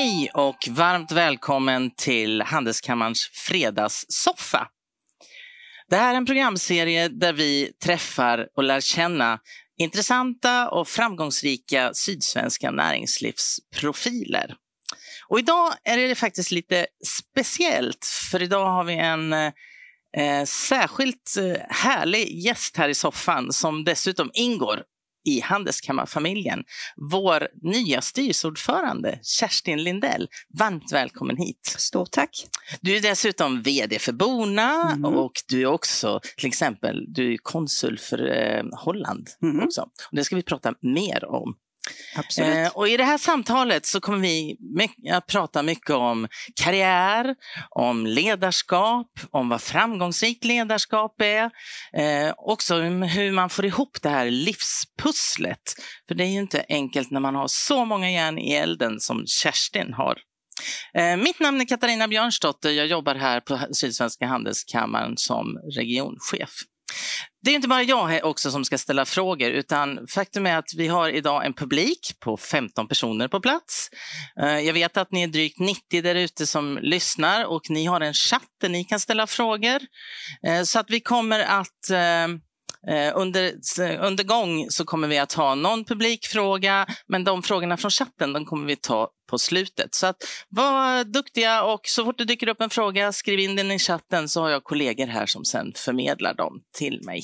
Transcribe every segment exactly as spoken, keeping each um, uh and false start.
Hej och varmt välkommen till Handelskammarens fredagssoffa. Det här är en programserie där vi träffar och lär känna intressanta och framgångsrika sydsvenska näringslivsprofiler. Och idag är det faktiskt lite speciellt, för idag har vi en eh, särskilt härlig gäst här i soffan som dessutom ingår i Handelskammarfamiljen. Vår nya styrelseordförande Kerstin Lindell. Varmt välkommen hit. Stort tack. Du är dessutom vd för Bona mm. och du är också till exempel du är konsul för eh, Holland mm. också. Och det ska vi prata mer om. Absolut. Eh, och i det här samtalet så kommer vi mycket, att prata mycket om karriär, om ledarskap, om vad framgångsrikt ledarskap är. Eh, också hur man får ihop det här livspusslet. För det är ju inte enkelt när man har så många järn i elden som Kerstin har. Eh, mitt namn är Katarina Björnsdotter. Jag jobbar här på Sydsvenska Handelskammaren som regionchef. Det är inte bara jag också som ska ställa frågor, utan faktum är att vi har idag en publik på femton personer på plats. Jag vet att ni är drygt nittio där ute som lyssnar och ni har en chatt där ni kan ställa frågor. Så att vi kommer att under, under gång så kommer vi att ha någon publikfråga, men de frågorna från chatten de kommer vi ta på slutet. Så att var duktiga och så fort det dyker upp en fråga, skriv in den i chatten så har jag kollegor här som sen förmedlar dem till mig.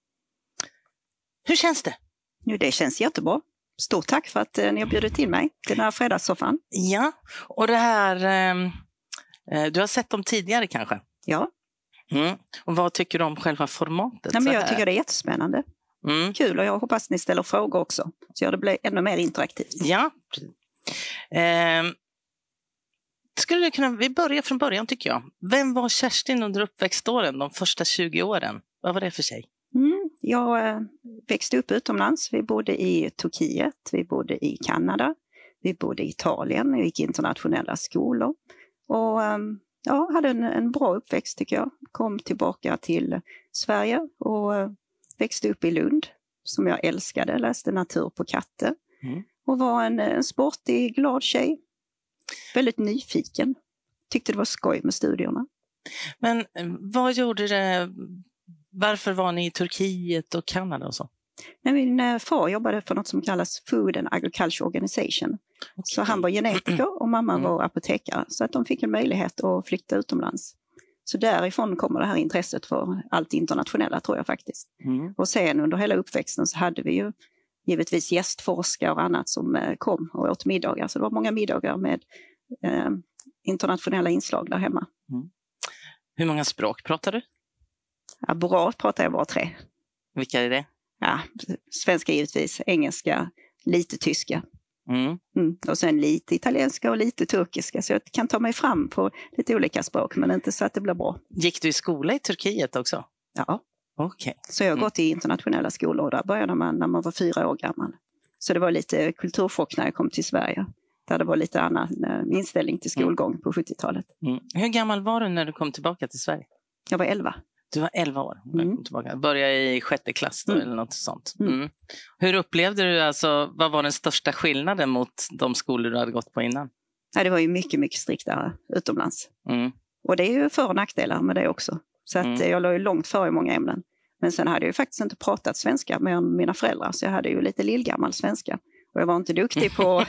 Hur känns det? Jo, det känns jättebra. Stort tack för att eh, ni har bjudit till mig till den här fredagssoffan. Ja, och det här, eh, du har sett dem tidigare kanske? Ja. Mm. Och vad tycker du om själva formatet? Nej, men jag tycker det är jättespännande. Mm. Kul, och jag hoppas ni ställer frågor också. Så gör det blir ännu mer interaktivt. Ja, eh, skulle du kunna, vi börjar från början tycker jag. Vem var Kerstin under uppväxtåren, de första tjugo åren? Vad var det för sig? Mm, jag äh, växte upp utomlands. Vi bodde i Turkiet, vi bodde i Kanada, vi bodde i Italien, vi gick internationella skolor. Och äh, ja, hade en, en bra uppväxt tycker jag. Kom tillbaka till Sverige och äh, växte upp i Lund som jag älskade. Läste natur på Katte. Mm. Och var en, en sportig, glad tjej. Väldigt nyfiken. Tyckte det var skoj med studierna. Men vad gjorde det? Varför var ni i Turkiet och Kanada och så? Nej, min far jobbade för något som kallas Food and Agriculture Organization. Okay. Så han var genetiker och mamma mm. var apotekare. Så att de fick en möjlighet att flytta utomlands. Så därifrån kommer det här intresset för allt internationella tror jag faktiskt. Mm. Och sen under hela uppväxten så hade vi ju givetvis gästforskare och annat som kom och åt middagar. Så det var många middagar med eh, internationella inslag där hemma. Mm. Hur många språk pratar du? Ja, bra pratar jag bara tre. Vilka är det? Ja, svenska givetvis, engelska, lite tyska. Mm. Mm. Och sen lite italienska och lite turkiska. Så jag kan ta mig fram på lite olika språk, men inte så att det blir bra. Gick du i skola i Turkiet också? Ja. Okay. Så jag har gått i internationella skolor och där började man när man var fyra år gammal. Så det var lite kulturchock när jag kom till Sverige. Där det var lite annan inställning till skolgång mm. på sjuttiotalet. Mm. Hur gammal var du när du kom tillbaka till Sverige? Jag var elva. Du var elva år när du kom tillbaka. Började i sjätte klass då, mm. eller något sånt. Mm. Mm. Hur upplevde du, alltså, vad var den största skillnaden mot de skolor du hade gått på innan? Ja, det var ju mycket, mycket striktare utomlands. Mm. Och det är ju för- och nackdelar med det också. Så att mm. jag låg ju långt före i många ämnen. Men sen hade jag ju faktiskt inte pratat svenska med mina föräldrar. Så jag hade ju lite lillgammal svenska. Och jag var inte duktig på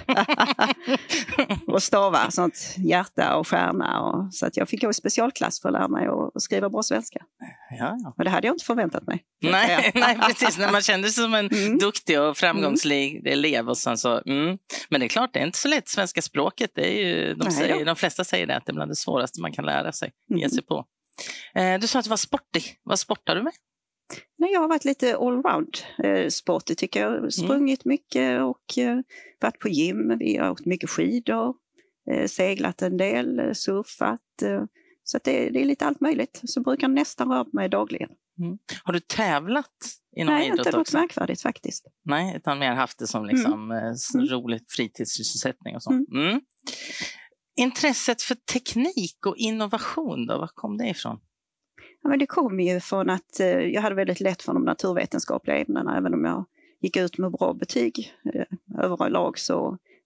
att stava sånt hjärta och stjärna. Och, så att jag fick gå i specialklass för att lära mig att skriva bra svenska. Ja, ja. Och det hade jag inte förväntat mig. Nej, nej, precis. När man kände sig som en mm. duktig och framgångsrik mm. elev. Och så, mm. Men det är klart, det är inte så lätt. Svenska språket, det är ju, de, nej, säger, de flesta säger det, att det är bland det svåraste man kan lära sig. Mm. Ge sig på. Eh, du sa att du var sportig. Vad sportar du med? Nej, jag har varit lite allround eh, sportig tycker jag. Sprungit mm. mycket och eh, varit på gym. Vi har åkt mycket skidor, eh, seglat en del, eh, surfat. Eh, så att det, det är lite allt möjligt. Så brukar jag nästan röra mig dagligen. Mm. Har du tävlat i någon Nej, idrott också? Nej, inte något märkvärdigt faktiskt. Nej, utan mer haft det som liksom, mm. eh, roligt fritidssysselsättning och sånt. Mm. Mm. Intresset för teknik och innovation då, var kom det ifrån? Ja, men det kom ju från att eh, jag hade väldigt lätt för de naturvetenskapliga ämnena. Även om jag gick ut med bra betyg eh, överlag så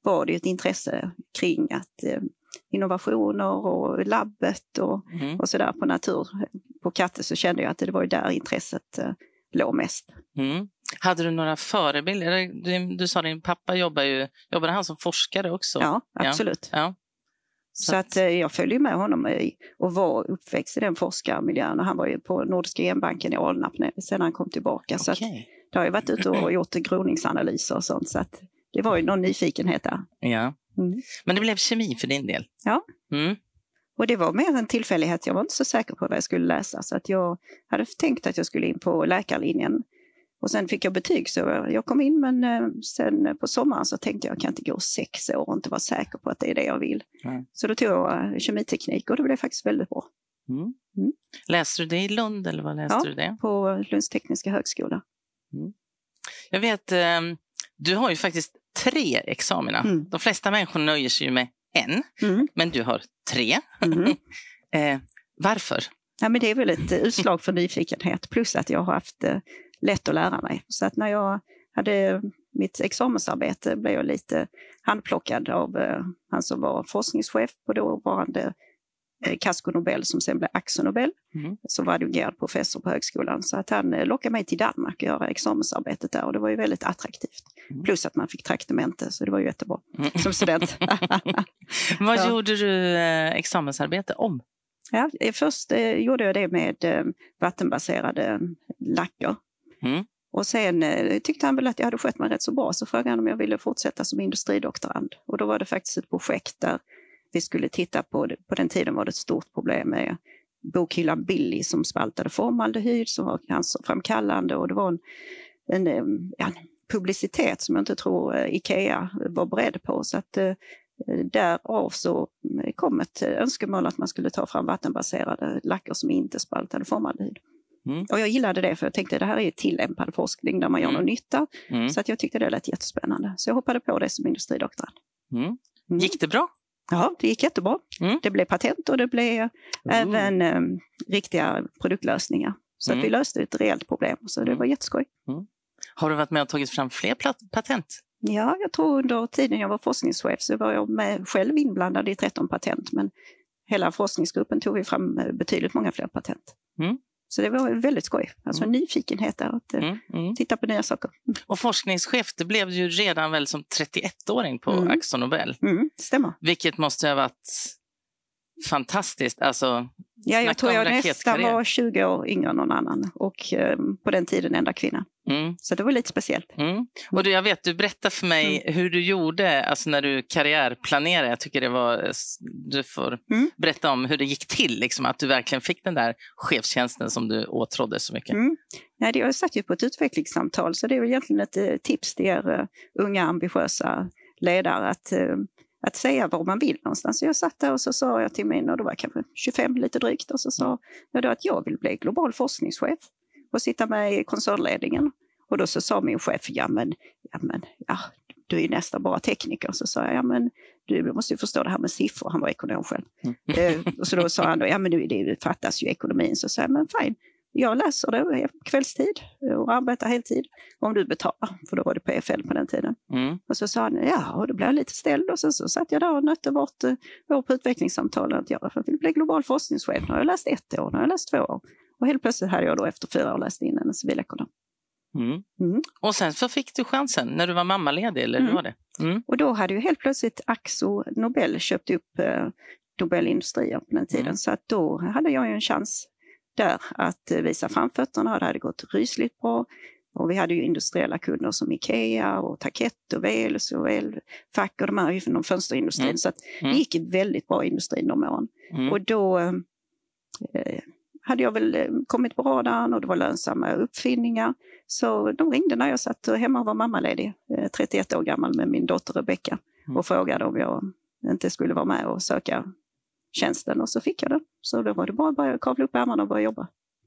var det ett intresse kring att eh, innovationer och labbet och, mm. och sådär på natur. På Katte så kände jag att det var ju där intresset eh, låg mest. Mm. Hade du några förebilder? Du, du sa att din pappa jobbar ju, jobbade han som forskare också? Ja, absolut. Ja. Ja. Så, så att, att jag följde med honom i, och var uppväxt i den forskarmiljön. Och han var ju på Nordiska genbanken i Alnarp sen han kom tillbaka. Okay. Så att, då har jag varit ute och gjort groningsanalyser och sånt. Så att det var ju någon nyfikenhet där. Ja. Mm. Men det blev kemi för din del? Ja. Mm. Och det var mer en tillfällighet. Jag var inte så säker på vad jag skulle läsa. Så att jag hade tänkt att jag skulle in på läkarlinjen. Och sen fick jag betyg så jag kom in, men sen på sommaren så tänkte jag att jag kan inte gå sex år och inte vara säker på att det är det jag vill. Mm. Så då tog jag kemiteknik och det blev faktiskt väldigt bra. Mm. Mm. Läste du det i Lund eller vad läste ja, du det? Ja, på Lunds tekniska högskola. Mm. Jag vet, du har ju faktiskt tre examina. Mm. De flesta människor nöjer sig ju med en, mm. men du har tre. Mm. eh, varför? Ja, men det är väl ett utslag för nyfikenhet plus att jag har haft eh, lätt att lära mig. Så att när jag hade mitt examensarbete blev jag lite handplockad av eh, han som var forskningschef på dåvarande eh, Casco Nobel som sen blev Axo Nobel, mm. som var adjungerad professor på högskolan. Så att han eh, lockade mig till Danmark och göra examensarbetet där och det var ju väldigt attraktivt. Mm. Plus att man fick traktamente så det var ju jättebra mm. som student. Vad ja. gjorde du eh, examensarbete om? Ja, först eh, gjorde jag det med eh, vattenbaserade lacker. Mm. Och sen eh, tyckte han väl att jag hade skött mig rätt så bra så frågade han om jag ville fortsätta som industridoktorand. Och då var det faktiskt ett projekt där vi skulle titta på det. På den tiden var det ett stort problem med bokhyllan Billy som spaltade formaldehyd som var cancerframkallande och det var en, en, ja, en publicitet som jag inte tror eh, Ikea var beredd på så att eh, därav så kom ett önskemål att man skulle ta fram vattenbaserade lacker som inte spaltade formaldehyd. Mm. Och jag gillade det för jag tänkte att det här är tillämpad forskning där man gör mm. någon nytta. Mm. Så att jag tyckte det lät jättespännande. Så jag hoppade på det som industridoktorand. Mm. Mm. Gick det bra? Ja, det gick jättebra. Mm. Det blev patent och det blev mm. även um, riktiga produktlösningar. Så mm. att vi löste ett reellt problem. Så det var jätteskoj. Mm. Har du varit med och tagit fram fler patent? Ja, jag tror under tiden jag var forskningschef så var jag med själv inblandad i tretton patent. Men hela forskningsgruppen tog vi fram betydligt många fler patent. Mm. Så det var väldigt skoj. Alltså mm. nyfikenhet där att mm. Mm. titta på nya saker. Och forskningschef, det blev ju redan väl som trettioettåring på mm. Axo Nobel. Mm, stämmer. Vilket måste ha varit fantastiskt. Alltså, ja, jag tror jag nästan var tjugo år yngre än någon annan. Och eh, på den tiden enda kvinna. Mm. Så det var lite speciellt. Mm. Och du, jag vet, du berättade för mig mm. hur du gjorde alltså när du karriärplanerade. Jag tycker det var, du får mm. berätta om hur det gick till. Liksom, att du verkligen fick den där chefstjänsten som du åtrådde så mycket. Mm. Nej, jag satt ju på ett utvecklingssamtal så det är väl egentligen ett uh, tips till er uh, unga ambitiösa ledare att, uh, att säga var man vill någonstans. Så jag satt där och så sa jag till min, och då var kanske tjugofem lite drygt, och så sa jag då att jag vill bli global forskningschef och sitta med i koncernledningen. Och då så sa min chef, ja men, ja, men ja, du är ju nästan bara tekniker. Så sa jag, ja men du måste ju förstå det här med siffror. Han var ekonom själv. Mm. eh, och så då sa han, då, ja men nu, det fattas ju ekonomin. Så sa jag, men fine, jag läser det på kvällstid och arbetar heltid. Om du betalar, för då var det P F L på den tiden. Mm. Och så sa han, ja, och då blev jag lite ställd. Och sen så satt jag där och nötte bort år på utvecklingssamtalen att jag vill bli global forskningschef. Nu har jag läst ett år, nu har jag läst två år. Och helt plötsligt hade jag då efter fyra år läst in en civilekonom. Mm. Mm. Och sen så fick du chansen när du var mammaledig, eller hur mm. var det? Mm. Och då hade ju helt plötsligt Axo Nobel köpt upp eh, Nobel Industrier på den tiden. Mm. Så att då hade jag ju en chans där att eh, visa framfötterna. Det hade gått rysligt bra. Och vi hade ju industriella kunder som Ikea och Takett och Velos och Elfack och de här från fönsterindustrin. Mm. Så att det gick väldigt bra i industrin de åren. Mm. Och då eh, hade jag väl kommit på radarn och det var lönsamma uppfinningar. Så de ringde när jag satt hemma och var mammaledig, trettioett år gammal, med min dotter Rebecca. Mm. Och frågade om jag inte skulle vara med och söka tjänsten. Och så fick jag det. Så då var det bara att börja kavla upp ärmarna och börja jobba.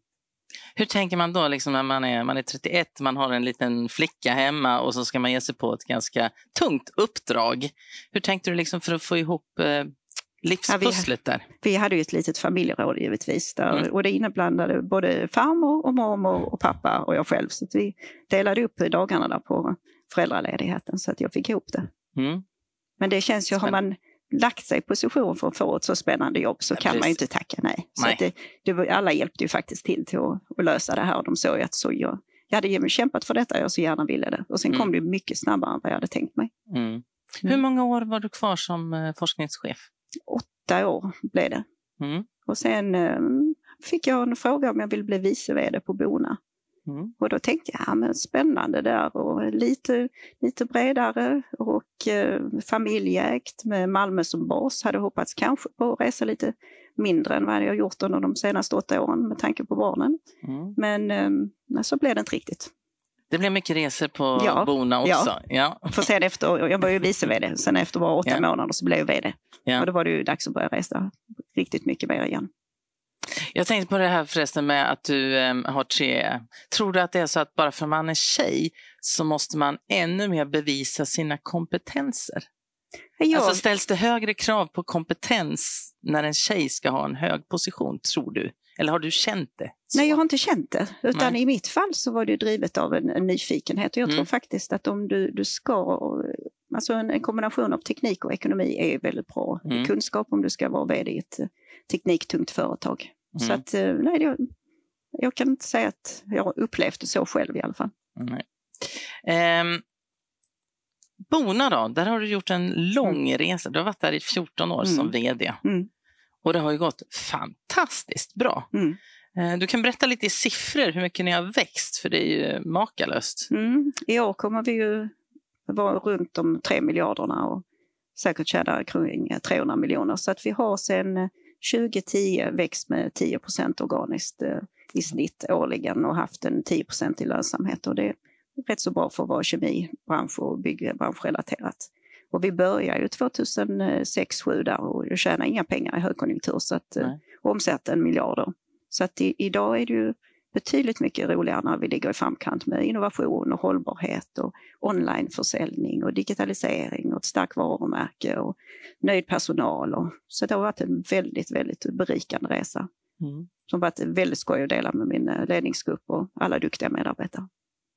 Hur tänker man då liksom när man är, man är trettioett, man har en liten flicka hemma och så ska man ge sig på ett ganska tungt uppdrag. Hur tänkte du liksom för att få ihop eh, livspusslet ja, där? Vi, vi hade ju ett litet familjeråd givetvis där, mm. och det inblandade både farmor och mormor och pappa och jag själv. Så att vi delade upp dagarna där på föräldraledigheten så att jag fick ihop det. Mm. Men det känns ju, har man lagt sig i position för att få ett så spännande jobb så ja, kan precis. Man ju inte tacka nej. Så nej. Att det, det, alla hjälpte ju faktiskt till till att, att lösa det här. De såg ju att så jag, jag hade kämpat för detta, jag så gärna ville det. Och sen mm. kom det mycket snabbare än vad jag hade tänkt mig. Mm. Mm. Hur många år var du kvar som eh, forskningschef? Åtta år blev det. Mm. Och sen eh, fick jag en fråga om jag ville bli vice vd på Bona. Mm. Och då tänkte jag, ja men spännande där och lite, lite bredare och eh, familjeägt med Malmö som bas. Hade hoppats kanske på att resa lite mindre än vad jag gjort under de senaste åtta åren med tanke på barnen. Mm. Men eh, så blev det inte riktigt. Det blev mycket resor på ja, Bona också. Ja, ja. För sen efter, jag var ju vice vd, sen efter bara åtta ja. månader så blev jag vd. Ja. Och då var det ju dags att börja resa riktigt mycket mer igen. Jag tänkte på det här förresten med att du äm, har tre. Tror du att det är så att bara för man är tjej så måste man ännu mer bevisa sina kompetenser? Ja. Alltså ställs det högre krav på kompetens när en tjej ska ha en hög position, tror du? Eller har du känt det? Så? Nej, jag har inte känt det. Utan Nej. I mitt fall så var det drivet av en, en nyfikenhet. Och jag mm. tror faktiskt att om du, du ska... Alltså en, en kombination av teknik och ekonomi är väldigt bra. Mm. Kunskap om du ska vara vd i ett tekniktungt företag. Mm. Så att, nej, jag, jag kan inte säga att jag har upplevt det så själv i alla fall. Nej. Um, Bona då, där har du gjort en lång mm. resa. Du har varit där i fjorton år mm. som vd. Mm. Och det har ju gått fantastiskt bra. Mm. Uh, du kan berätta lite i siffror hur mycket ni har växt, för det är ju makalöst. Mm. I år kommer vi ju vara runt de tre miljarderna och säkert tjäna kring trehundra miljoner. Så att vi har sedan tjugo tio växt med tio procent organiskt eh, i snitt årligen och haft en tio procent i lönsamhet. Och det är rätt så bra för att vara kemibransch och byggbransch relaterat. Och vi börjar ju tjugohundrasex sju där och jag tjänar inga pengar i högkonjunktur så att eh, omsätter en miljarder. Så att i, idag är det ju betydligt mycket roligare när vi ligger i framkant med innovation och hållbarhet och onlineförsäljning och digitalisering och ett starkt varumärke och nöjd personal. Och, så det har varit en väldigt, väldigt berikande resa. Mm. Som varit väldigt skoj att dela med min ledningsgrupp och alla duktiga medarbetare.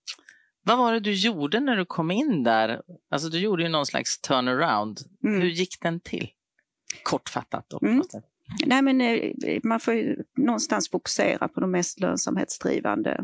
Vad var det du gjorde när du kom in där? Alltså du gjorde ju någon slags turnaround. Mm. Hur gick den till? Kortfattat då. Mm. Nej, men man får ju någonstans fokusera på de mest lönsamhetsdrivande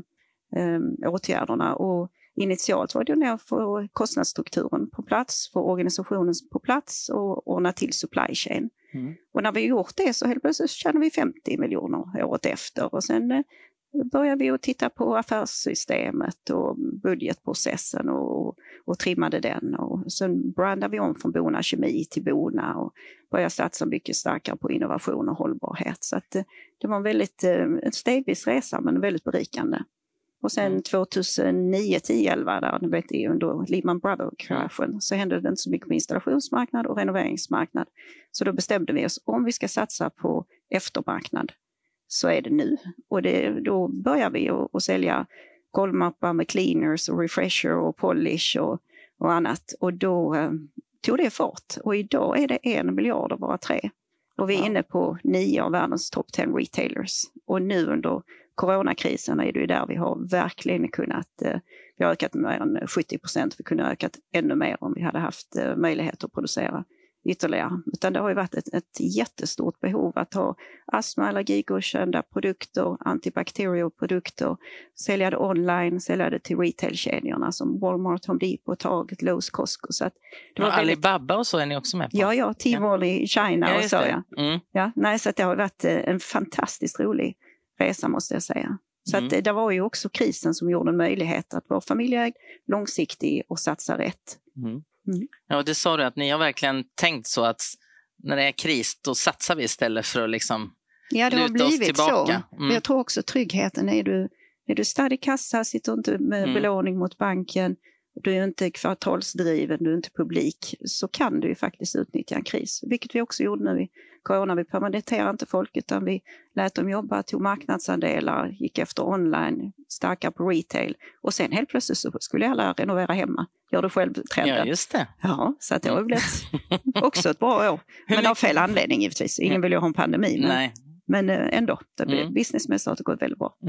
eh, åtgärderna och initialt var det när jag får kostnadsstrukturen på plats, få organisationen på plats och ordna till supply chain. Mm. Och när vi gjort det så helt plötsligt tjänar vi femtio miljoner året efter och sen eh, började vi att titta på affärssystemet och budgetprocessen och, och trimmade den. Och sen brandade vi om från Bona Kemi till Bona och började satsa mycket starkare på innovation och hållbarhet. Så att det, det var en väldigt en stegvis resa men väldigt berikande. Och sen tjugohundranio till elva där ni vet, under Lehman Brothers-kraschen så hände det inte så mycket på installationsmarknad och renoveringsmarknad. Så då bestämde vi oss om vi ska satsa på eftermarknad. Så är det nu. Och det, då börjar vi att, att sälja golvmappar med cleaners och refresher och polish och, och annat. Och då eh, tog det fart. Och idag är det en miljard av våra tre. Och vi är inne på nio av världens topp tio retailers. Och nu under coronakrisen är det ju där vi har verkligen kunnat, eh, vi har ökat mer än sjuttio procent. Vi kunde ha ökat ännu mer om vi hade haft eh, möjlighet att producera ytterligare. Utan det har ju varit ett, ett jättestort behov att ha astma- och allergigodkända produkter, antibakterioprodukter, sälja det online, sälja det till retailkedjorna som Walmart, Home Depot, Target, Lowe's, Costco. Så att det var ja, väldigt... Alibaba och så är ni också med på? Ja, ja, Tmall ja. i China ja, och så. Ja. Mm. Ja, nej, så att det har varit en fantastiskt rolig resa måste jag säga. Så mm. att det var ju också krisen som gjorde en möjlighet att vara familjeägd, långsiktig och satsa rätt. Mm. Mm. Ja, och det sa du att ni har verkligen tänkt så att när det är kris då satsar vi istället för att liksom ja, det har luta oss blivit tillbaka. Så. Mm. Jag tror också tryggheten är du, är du stadig kassa, sitter inte med mm. belåning mot banken, du är inte kvartalsdriven, du är inte publik, så kan du ju faktiskt utnyttja en kris. Vilket vi också gjorde nu i corona. Vi permanenterade inte folk utan vi lät dem jobba, tog marknadsandelar, gick efter online, starka på retail. Och sen helt plötsligt så skulle alla renovera hemma. Gör du själv trenden. Ja, just det. Ja, så att det har blivit också ett bra år. Men av fel anledning givetvis. Ingen vill ju ha en pandemi. Men, Nej. men ändå, det blir mm. businessmässigt har det gått väldigt bra. Mm.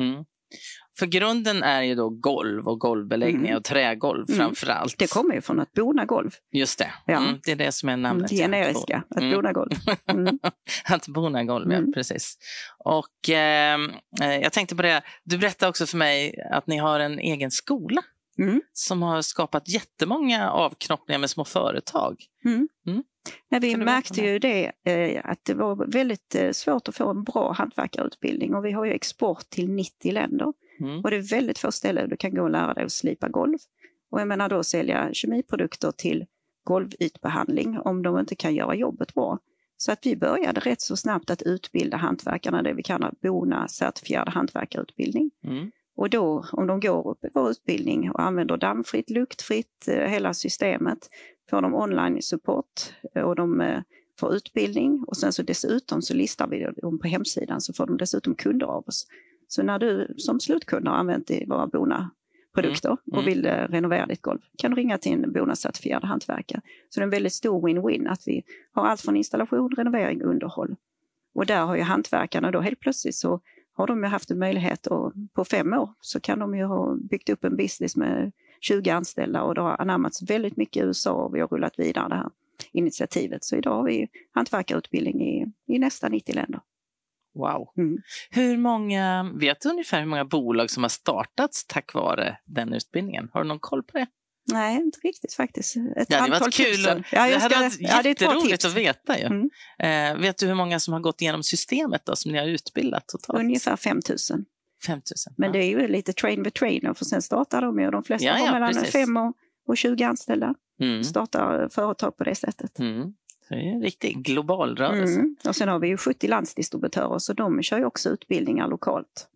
För grunden är ju då golv och golvbeläggning mm. och trägolv mm. framför allt. Det kommer ju från att bona golv. Just det, ja. mm, det är det som är namnet. Det generiska, att mm. bona golv. Mm. Att bona golv, Mm. ja, precis. Och eh, jag tänkte på det, du berättade också för mig att ni har en egen skola. Mm. Som har skapat jättemånga avknoppningar med små företag. Mm. Mm. Ja, vi märkte ju det eh, att det var väldigt eh, svårt att få en bra hantverkarutbildning och vi har ju export till nittio länder. Mm. Och det är väldigt få ställen du kan gå och lära dig att slipa golv. Och jag menar då sälja kemiprodukter till golvytbehandling om de inte kan göra jobbet bra. Så att vi började rätt så snabbt att utbilda hantverkarna, det vi kallar bona certifierad hantverkarutbildning. Mm. Och då, om de går upp i vår utbildning och använder dammfritt, luktfritt, eh, hela systemet, får de online support och de eh, får utbildning. Och sen så dessutom så listar vi dem på hemsidan så får de dessutom kunder av oss. Så när du som slutkund har använt våra Bona-produkter mm. Mm. och vill eh, renovera ditt golv kan du ringa till en Bona-certifierad hantverkare. Så det är en väldigt stor win-win att vi har allt från installation, renovering, underhåll. Och där har ju hantverkarna då helt plötsligt så har de ju haft en möjlighet och på fem år så kan de ju ha byggt upp en business med tjugo anställda och det har anammats väldigt mycket i U S A och vi har rullat vidare det här initiativet. Så idag har vi hantverkarutbildning i, i nästan nittio länder. Wow. Mm. Hur många, vet du ungefär hur många bolag som har startats tack vare den utbildningen? Har du någon koll på det? Nej, inte riktigt faktiskt. Ett ja, det antal var kul. tusen. Ja, det hade varit ja, jätteroligt att veta. Ju. Mm. Eh, vet du hur många som har gått igenom systemet då, som ni har utbildat totalt? Ungefär fem tusen. fem tusen. Men ja. Det är ju lite train the trainer för sen startar de ju och de flesta ja, ja, har mellan precis. fem och, och tjugo anställda. Mm. Startar företag på det sättet. Mm. Det är en riktig global rörelse. Mm. Och sen har vi ju sjuttio landsdistributörer så de kör ju också utbildningar lokalt.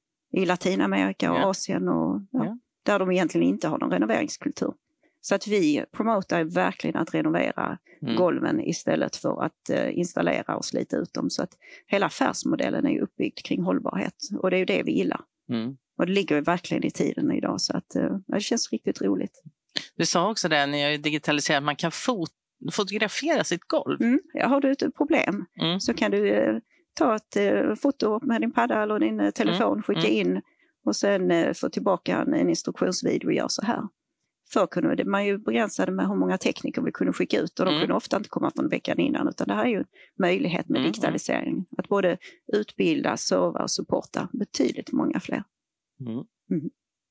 I Latinamerika och ja. Asien och ja, ja. Där de egentligen inte har någon renoveringskultur. Så att vi promotar verkligen att renovera mm. golven istället för att uh, installera och slita ut dem. Så att hela affärsmodellen är ju uppbyggd kring hållbarhet. Och det är ju det vi gillar. Mm. Och det ligger ju verkligen i tiden idag så att uh, det känns riktigt roligt. Du sa också det, ni har ju digitaliserat, man kan fot- fotografera sitt golv. Mm. Ja, har du ett problem mm. så kan du uh, ta ett uh, foto med din padda eller din uh, telefon, mm. skicka mm. in och sen uh, få tillbaka en, en instruktionsvideo och göra så här. Förr kunde man ju begränsade med hur många tekniker vi kunde skicka ut och de mm. kunde ofta inte komma från veckan innan utan det här är ju en möjlighet med mm. digitalisering. Att både utbilda, serva och supporta betydligt många fler. Mm. Mm.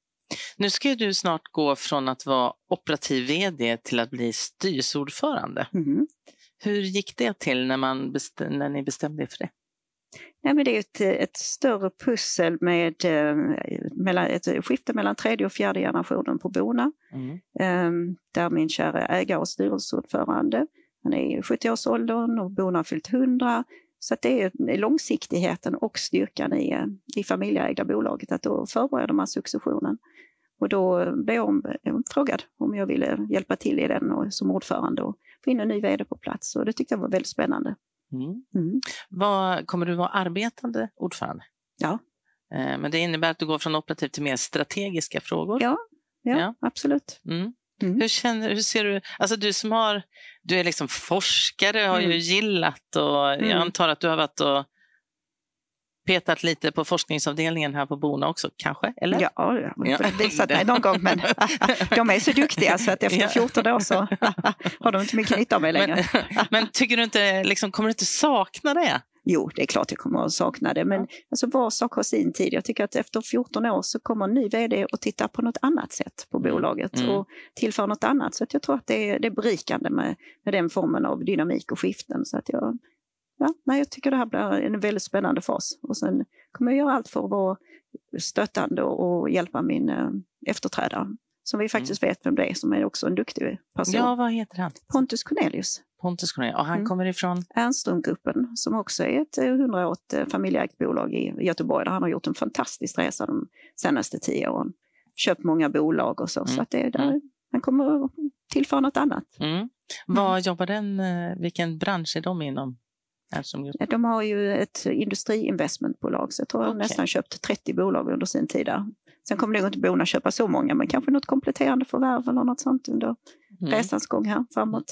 Nu ska du snart gå från att vara operativ vd till att bli styrelseordförande. Mm. Hur gick det till när, man bestäm- när ni bestämde er för det? Nej, men det är ett, ett större pussel med eh, mellan, ett skifte mellan tredje och fjärde generationen på Bona. Mm. Eh, där min kära ägare och styrelseordförande, han är i sjuttio-årsåldern och Bona har fyllt hundra. Så att det är långsiktigheten och styrkan i, i familjeägda bolaget att då förbereder man successionen. Och då blev jag frågad om jag ville hjälpa till i den och, som ordförande och få in en ny vd på plats. Och det tyckte jag var väldigt spännande. Mm. Mm. Vad, kommer du vara arbetande ordförande? Ja. Eh, men det innebär att du går från operativ till mer strategiska frågor? Ja, ja, ja. absolut. Mm. Mm. Hur känner, hur ser du, alltså du som har, du är liksom forskare, har mm. ju gillat och mm. jag antar att du har varit och petat lite på forskningsavdelningen här på Bona också, kanske? Eller? Ja, jag har visat mig någon gång, men de är så duktiga så att efter fjorton år så har de inte mycket nytta av mig längre. Men, men tycker du inte, liksom, kommer du inte sakna det? Jo, det är klart jag kommer att sakna det, men ja. alltså, var sak har sin tid. Jag tycker att efter fjorton år så kommer en ny vd och titta på något annat sätt på bolaget mm. och tillför något annat. Så att jag tror att det är, det är berikande med, med den formen av dynamik och skiften. Så att jag, ja, nej, jag tycker det här blir en väldigt spännande fas. Och sen kommer jag göra allt för att vara stöttande och, och hjälpa min äh, efterträdare. Som vi faktiskt mm. vet vem det är, som är också en duktig person. Ja, vad heter han? Pontus Cornelius. Pontus Cornelius, och han mm. kommer ifrån? Ernströmgruppen, som också är ett hundraårigt familjeägt bolag i Göteborg. Där han har gjort en fantastisk resa de senaste tio åren. Köpt många bolag och så. Mm. Så att det är där, mm. han kommer att tillföra något annat. Mm. Vad mm. jobbar den, vilken bransch är de inom? De har ju ett industriinvestmentbolag, så jag tror okay. de nästan köpt trettio bolag under sin tid där. Sen kommer det inte Bona köpa så många, men kanske något kompletterande förvärv eller något sånt under mm. resans gång här framåt.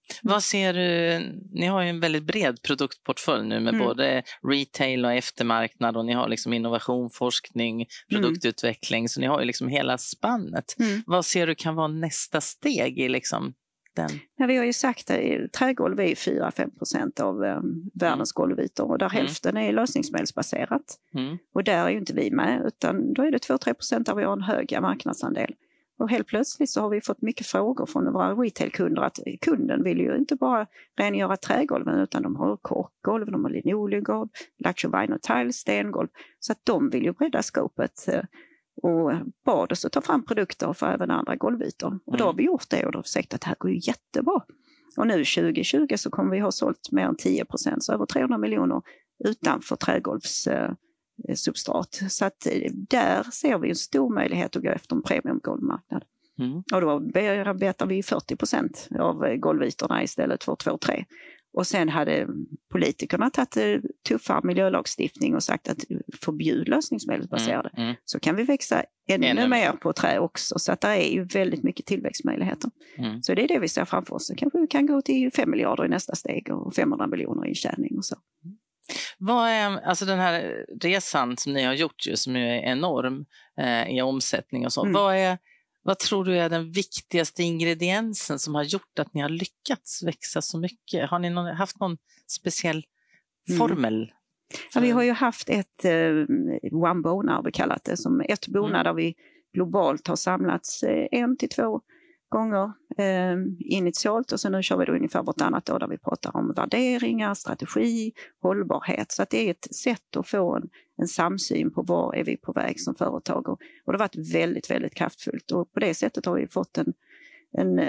Vad ser du, ni har ju en väldigt bred produktportfölj nu med mm. både retail och eftermarknad och ni har liksom innovation, forskning, produktutveckling mm. så ni har ju liksom hela spannet. Mm. Vad ser du kan vara nästa steg i liksom den? Ja, vi har ju sagt att trägolv är fyra till fem procent av um, världens mm. golvytor och där mm. hälften är lösningsmedelsbaserat. Mm. Och där är ju inte vi med utan då är det två till tre procent där vi har en hög marknadsandel. Och helt plötsligt så har vi fått mycket frågor från våra retailkunder att kunden vill ju inte bara rengöra trägolven utan de har korkgolv, de har linoleumgolv, luxury vinyl tiles, stengolv. Så att de vill ju bredda skopet och bad oss att ta fram produkter för även andra golvytor. Och då har vi gjort det och då har vi sagt att det här går ju jättebra. Och nu tjugo tjugo så kommer vi ha sålt mer än tio procent, så över trehundra miljoner utanför trägolvs substrat. Så att där ser vi en stor möjlighet att gå efter en premiumgolvmarknad. Mm. Och då bearbetar vi fyrtio procent av golvytorna istället för två till tre. Och sen hade politikerna tagit tuffare miljölagstiftning och sagt att förbjud lösningsmedelsbaserade. Mm. Mm. Så kan vi växa ännu, ännu mer på trä också. Så att det är ju väldigt mycket tillväxtmöjligheter. Mm. Så det är det vi ser framför oss. Så kanske vi kan gå till fem miljarder i nästa steg och femhundra miljoner i intjäning och så. Mm. Vad är, alltså den här resan som ni har gjort ju, som är enorm eh, i omsättning och så. Mm. Vad, är, vad tror du är den viktigaste ingrediensen som har gjort att ni har lyckats växa så mycket? Har ni någon, haft någon speciell formel? Mm. Ja, vi har ju haft ett eh, one bonar, vi kallat det, som ett bonar mm. där vi globalt har samlats eh, en till två gånger eh, initialt och sen nu kör vi då ungefär vartannat då där vi pratar om värderingar, strategi, hållbarhet. Så att det är ett sätt att få en, en samsyn på var är vi på väg som företag. Och, och det har varit väldigt, väldigt kraftfullt och på det sättet har vi fått en, en,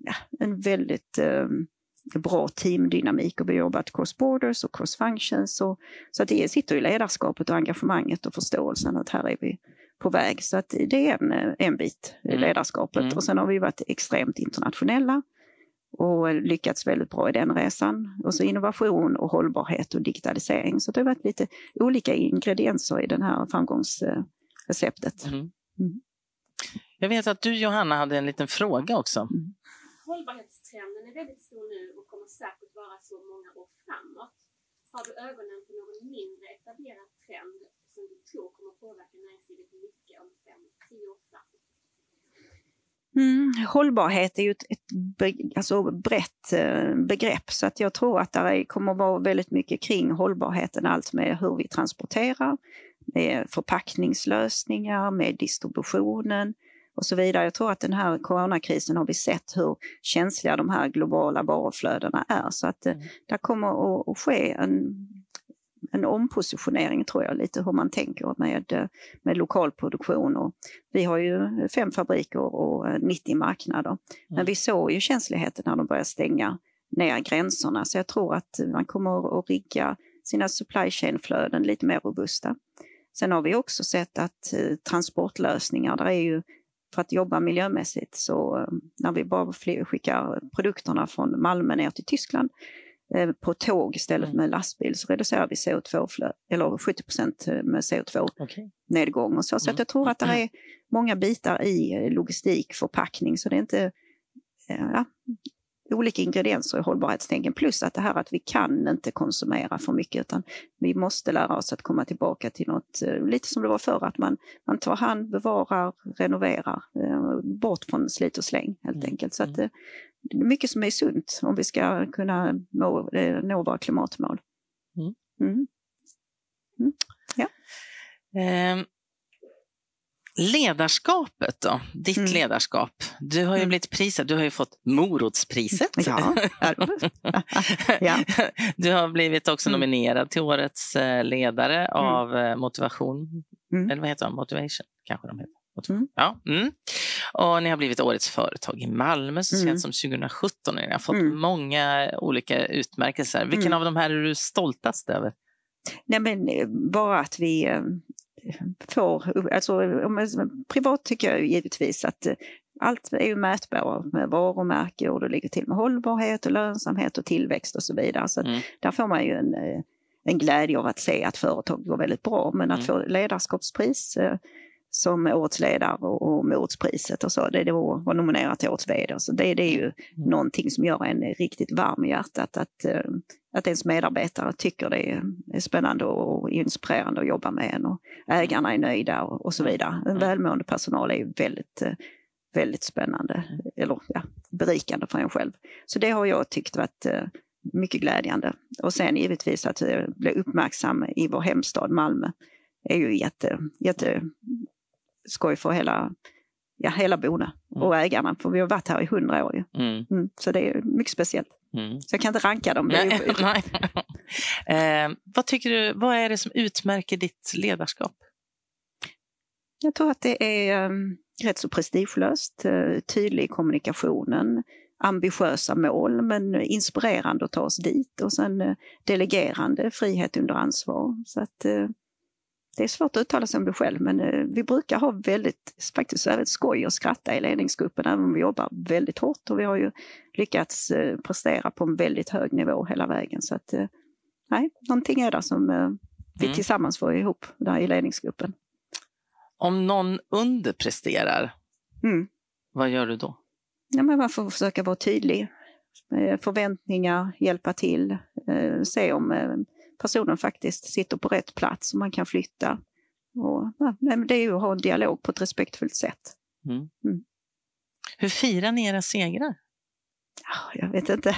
en väldigt eh, bra teamdynamik och vi har jobbat cross borders och cross functions. Och, så att det sitter i ledarskapet och engagemanget och förståelsen att här är vi på väg. Så att det är en, en bit i ledarskapet. Mm. Och sen har vi varit extremt internationella och lyckats väldigt bra i den resan. Och så innovation och hållbarhet och digitalisering. Så det har varit lite olika ingredienser i den här framgångsreceptet. Mm. Mm. Jag vet att du, Johanna, hade en liten fråga också. Mm. Hållbarhetstrenden är väldigt stor nu och kommer säkert vara så många år framåt. Har du ögonen på någon mindre etablerad trend som du tror kommer påverka näringslivet mycket om fem till tio år framåt? Mm, hållbarhet är ju ett, ett be, alltså brett eh, begrepp så att jag tror att det kommer vara väldigt mycket kring hållbarheten, allt med hur vi transporterar, med förpackningslösningar, med distributionen och så vidare. Jag tror att den här coronakrisen har vi sett hur känsliga de här globala varuflödena är så att mm. där kommer att, att ske en en ompositionering tror jag lite hur man tänker med, med lokalproduktion och vi har ju fem fabriker och nittio marknader. Mm. Men vi såg ju känsligheten när de började stänga ner gränserna så jag tror att man kommer att rigga sina supply chain-flöden lite mer robusta. Sen har vi också sett att eh, transportlösningar, där är ju för att jobba miljömässigt så eh, när vi bara skickar produkterna från Malmö ner till Tyskland på tåg istället med lastbil så reducerar vi C O två eller sjuttio procent med C O två okay. nedgång och så. Så mm. att jag tror att det är många bitar i logistik, förpackning så det är inte ja, olika ingredienser i hållbarhetstänken plus att det här att vi kan inte konsumera för mycket utan vi måste lära oss att komma tillbaka till något lite som det var förr att man, man tar hand, bevarar, renoverar bort från slit och släng helt mm. enkelt. Så att det är mycket som är sunt om vi ska kunna nå, nå våra klimatmål. Mm. Mm. Mm. Ja. Eh, ledarskapet då, ditt mm. ledarskap. Du har ju blivit prisad, du har ju fått Morotspriset. Ja. ja. Du har blivit också nominerad till årets ledare mm. av Motivation. Mm. Eller vad heter de? Motivation kanske de heter. Mm. Ja, mm. Och ni har blivit årets företag i Malmö så sent mm. som tjugohundrasjutton. Ni har fått mm. många olika utmärkelser. Vilken mm. av de här är du stoltast över? Nej men bara att vi får, alltså privat tycker jag givetvis att allt är ju mätbart med varumärke och det ligger till med hållbarhet och lönsamhet och tillväxt och så vidare. Så mm. där får man ju en, en glädje av att se att företag går väldigt bra men att mm. få ledarskapspris som årets ledare och, och med årspriset och så. Det, det var, var nominerat till årets vd. Så det, det är ju mm. någonting som gör en riktigt varm i hjärtat. Att, att ens medarbetare tycker det är, är spännande och inspirerande att jobba med en. Och ägarna är nöjda och, och så vidare. En välmående personal är ju väldigt, väldigt spännande. Eller ja, berikande för en själv. Så det har jag tyckt varit mycket glädjande. Och sen givetvis att bli uppmärksam i vår hemstad Malmö är ju jätte, jätte skoj för hela, ja, hela Bona och ägarna. För vi har varit här i hundra år ju. Mm. Mm, så det är mycket speciellt. Mm. Så jag kan inte ranka dem. Nej, ju... nej. eh, vad tycker du, vad är det som utmärker ditt ledarskap? Jag tror att det är um, rätt så prestigelöst, uh, tydlig i kommunikationen, ambitiösa mål men inspirerande att ta oss dit och sen uh, delegerande, frihet under ansvar. Så att uh, det är svårt att uttala sig om det själv, men uh, vi brukar ha väldigt, faktiskt väldigt skoj och skratta i ledningsgruppen även om vi jobbar väldigt hårt och vi har ju lyckats uh, prestera på en väldigt hög nivå hela vägen. Så att uh, nej, någonting är det som uh, vi mm. tillsammans får ihop där i ledningsgruppen. Om någon underpresterar, mm. vad gör du då? Ja, men man får försöka vara tydlig. Förväntningar, hjälpa till. Se om personen faktiskt sitter på rätt plats och man kan flytta. Och, ja, det är ju att ha en dialog på ett respektfullt sätt. Mm. Mm. Hur firar ni era segrar? Jag vet inte.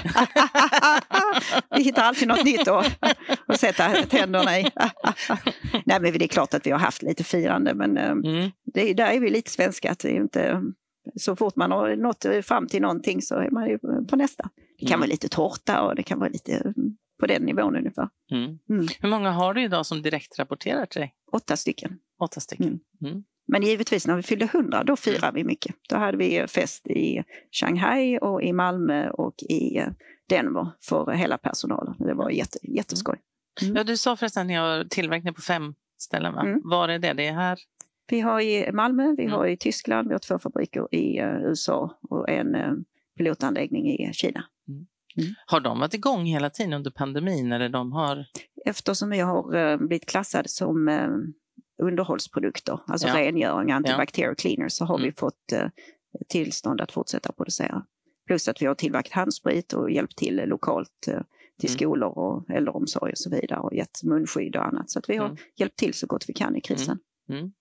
Vi hittar alltid något nytt och, och sätta tänderna i. Nej, men det är klart att vi har haft lite firande, men mm. det, där är vi lite svenska. Att det är inte, så fort man har nått fram till någonting så är man ju på nästa. Det kan mm. vara lite tårta och det kan vara lite på den nivån ungefär. Mm. Mm. Hur många har du idag som direkt rapporterar till dig? Åtta stycken. Åtta stycken. Mm. Mm. Men givetvis när vi fyllde hundra, då firar mm. vi mycket. Då hade vi fest i Shanghai och i Malmö och i Denver för hela personalen. Det var jätte, jätteskoj. Mm. Ja, du sa förresten att ni har tillverkning på fem ställen, va? Mm. Var är det? Det är här? Vi har i Malmö, vi mm. har i Tyskland, vi har två fabriker i uh, U S A och en uh, pilotanläggning i Kina. Mm. Mm. Har de varit igång hela tiden under pandemin? Eller de har... Eftersom vi har uh, blivit klassade som... Uh, underhållsprodukter, alltså ja. rengöring, antibacterial cleaners, så har mm. vi fått eh, tillstånd att fortsätta producera. Plus att vi har tillverkat handsprit och hjälpt till lokalt eh, till mm. skolor och äldreomsorg och så vidare och gett munskydd och annat. Så att vi har mm. hjälpt till så gott vi kan i krisen. Mm. Mm.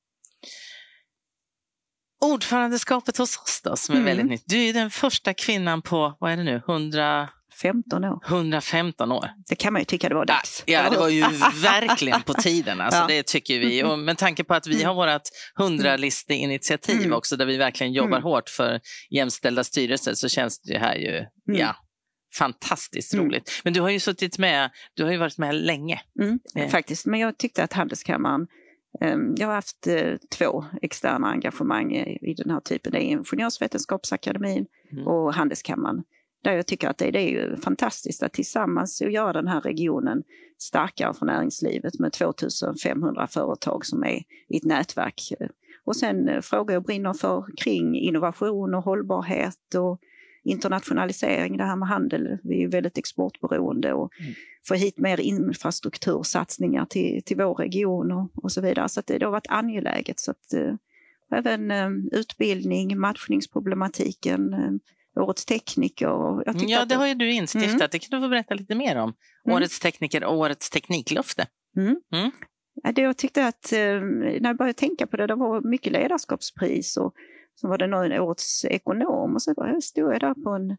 Ordförandeskapet hos oss då, som är mm. väldigt nytt. Du är den första kvinnan på, vad är det nu, hundra... femton år. hundrafemton år. Det kan man ju tycka det var dags. Ja, det var ju verkligen på tiden. Alltså, ja. Det tycker vi. Och med tanke på att vi har vårt hundra-listeinitiativ mm. också, där vi verkligen jobbar mm. hårt för jämställda styrelser, så känns det här ju mm. ja, fantastiskt mm. roligt. Men du har ju suttit med, du har ju varit med länge. Mm, eh. Faktiskt, men jag tyckte att Handelskammaren, eh, jag har haft eh, två externa engagemang i, i den här typen. Det är Ingenjörsvetenskapsakademin mm. och Handelskammaren. Där jag tycker att det, det är ju fantastiskt att tillsammans göra den här regionen starkare för näringslivet med tvåtusen-femhundra företag som är i ett nätverk. Och sen frågor jag brinner för kring innovation och hållbarhet och internationalisering, det här med handel. Vi är ju väldigt exportberoende och mm. få hit mer infrastruktursatsningar till, till vår region och, och så vidare. Så att det, det har varit angeläget. Så att, äh, även äh, utbildning, matchningsproblematiken, äh, Årets tekniker. Jag ja, det har ju du instiftat. Mm. Det kan du få berätta lite mer om. Mm. Årets tekniker och Årets tekniklöfte. Mm. Mm. Ja, det jag tyckte att när jag började tänka på det, det var mycket ledarskapspris och så var det någon Årets ekonom och så var jag, stod jag där på en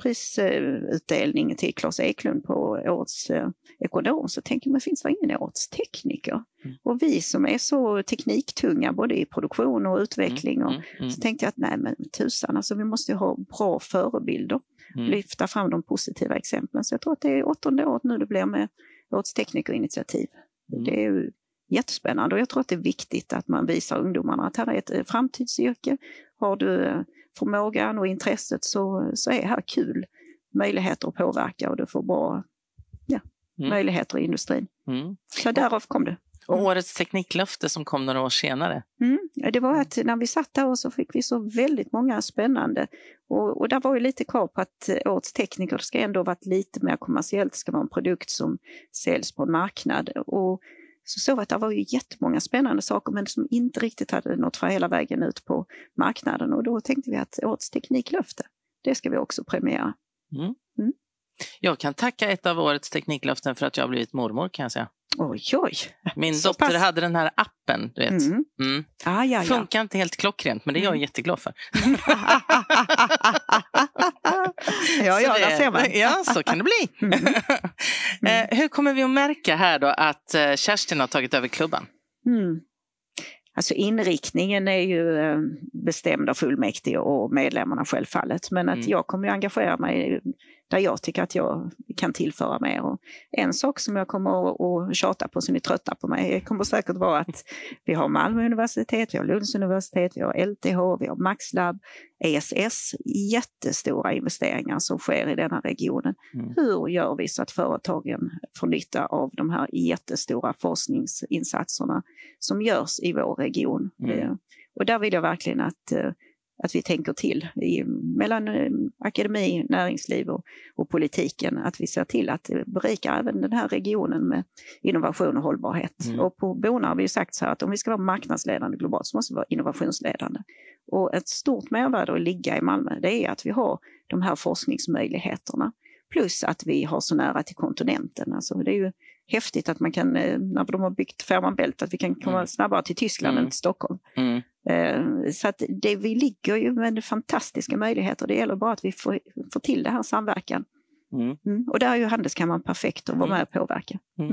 prisutdelning till Claes Eklund på Årets ekonom, så tänker man, finns det ingen Årets tekniker? Mm. Och vi som är så tekniktunga både i produktion och utveckling och, mm. Mm. så tänkte jag att nej men tusan, alltså vi måste ha bra förebilder, mm. lyfta fram de positiva exemplen. Så jag tror att det är åttonde året nu det blir med Årets teknikerinitiativ. Mm. Det är ju jättespännande och jag tror att det är viktigt att man visar ungdomarna att här är ett framtidsyrke. Har du förmågan och intresset så, så är här kul möjligheter att påverka och du får bra ja, mm. möjligheter i industrin. Mm. Så därav kom det. Och Årets tekniklöfte som kom några år senare? Mm. Det var att när vi satt där så fick vi så väldigt många spännande. Och, och där var ju lite kvar på att Årets tekniker ska ändå vara lite mer kommersiellt. Det ska vara en produkt som säljs på en marknad. Och så såg vi att det var ju jättemånga spännande saker men som inte riktigt hade nått för hela vägen ut på marknaden. Och då tänkte vi att årets tekniklöfte, det ska vi också premiera. Mm. Mm. Jag kan tacka ett av årets tekniklöften för att jag har blivit mormor, kan jag säga. Oj, oj. Min Så dotter pass. hade den här appen, du vet. Mm. Mm. Ah, ja, ja. Funkar inte helt klockrent, men det är jag jätteglad för. ja, ja, Så det- där ser man. Ja, så kan det bli. Mm. Eh, hur kommer vi att märka här då att eh, Kerstin har tagit över klubban? Mm. Alltså inriktningen är ju eh, bestämd av fullmäktige och medlemmarna självfallet. Men att Mm. jag kommer att engagera mig där jag tycker att jag kan tillföra mer. Och en sak som jag kommer att, att tjata på som ni är trötta på mig kommer säkert vara att vi har Malmö universitet, vi har Lunds universitet, vi har L T H, vi har Maxlab, E S S. Jättestora investeringar som sker i den här regionen. Mm. Hur gör vi så att företagen får nytta av de här jättestora forskningsinsatserna som görs i vår region? Mm. Eh, Och där vill jag verkligen att, eh, att vi tänker till i, mellan eh, akademi, näringsliv och, och politiken. Att vi ser till att det berikar även den här regionen med innovation och hållbarhet. Mm. Och på Bona har vi ju sagt så här att om vi ska vara marknadsledande globalt så måste vi vara innovationsledande. Och ett stort mervärde att ligga i Malmö, det är att vi har de här forskningsmöjligheterna. Plus att vi har så nära till kontinenten. Alltså det är ju häftigt att man kan, eh, när de har byggt Fehmarn Bält, att vi kan komma Mm. snabbare till Tyskland Mm. än till Stockholm. Mm. Eh, Så att det, vi ligger ju med fantastiska möjligheter. Det gäller bara att vi får, får till det här samverkan. Mm. Mm. Och där är ju Handelskammaren perfekt att vara Mm. med och påverka. Mm.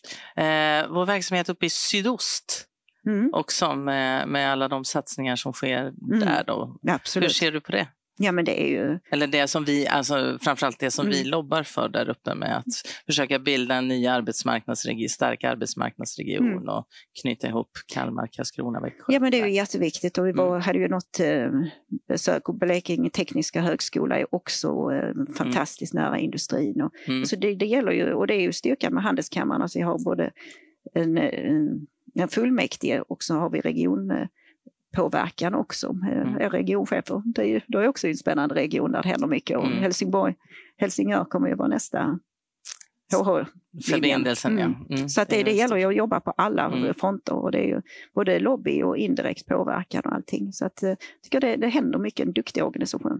Eh, vår verksamhet uppe i sydost Mm. också med, med alla de satsningar som sker Mm. där då. Hur Absolut. ser du på det? Ja, men det är ju... Eller det som vi, alltså framförallt det som Mm. vi lobbar för där uppe med att försöka bilda en ny arbetsmarknadsregion, stark arbetsmarknadsregion Mm. och knyta ihop Kalmar, Karlskrona, Växjö. Ja, men det är ju jätteviktigt och vi var, Mm. hade ju något eh, besök och Blekinge tekniska högskola är också eh, fantastiskt nära industrin. Och, Mm. så det, det gäller ju, och det är ju styrkan med Handelskammaren att vi har både en, en, en fullmäktige och så har vi regionpåverkan också. Mm. Mm. Regionchefer, det är ju då är också en spännande region där det händer mycket och Mm. Helsingborg, Helsingör kommer ju vara nästa H H. Förbindelsen, Mm. ja. Mm. Så att det, det gäller ju att jobba på alla Mm. fronter och det är ju både lobby och indirekt påverkan och allting. Så att, jag tycker det, det händer mycket, en duktig organisation.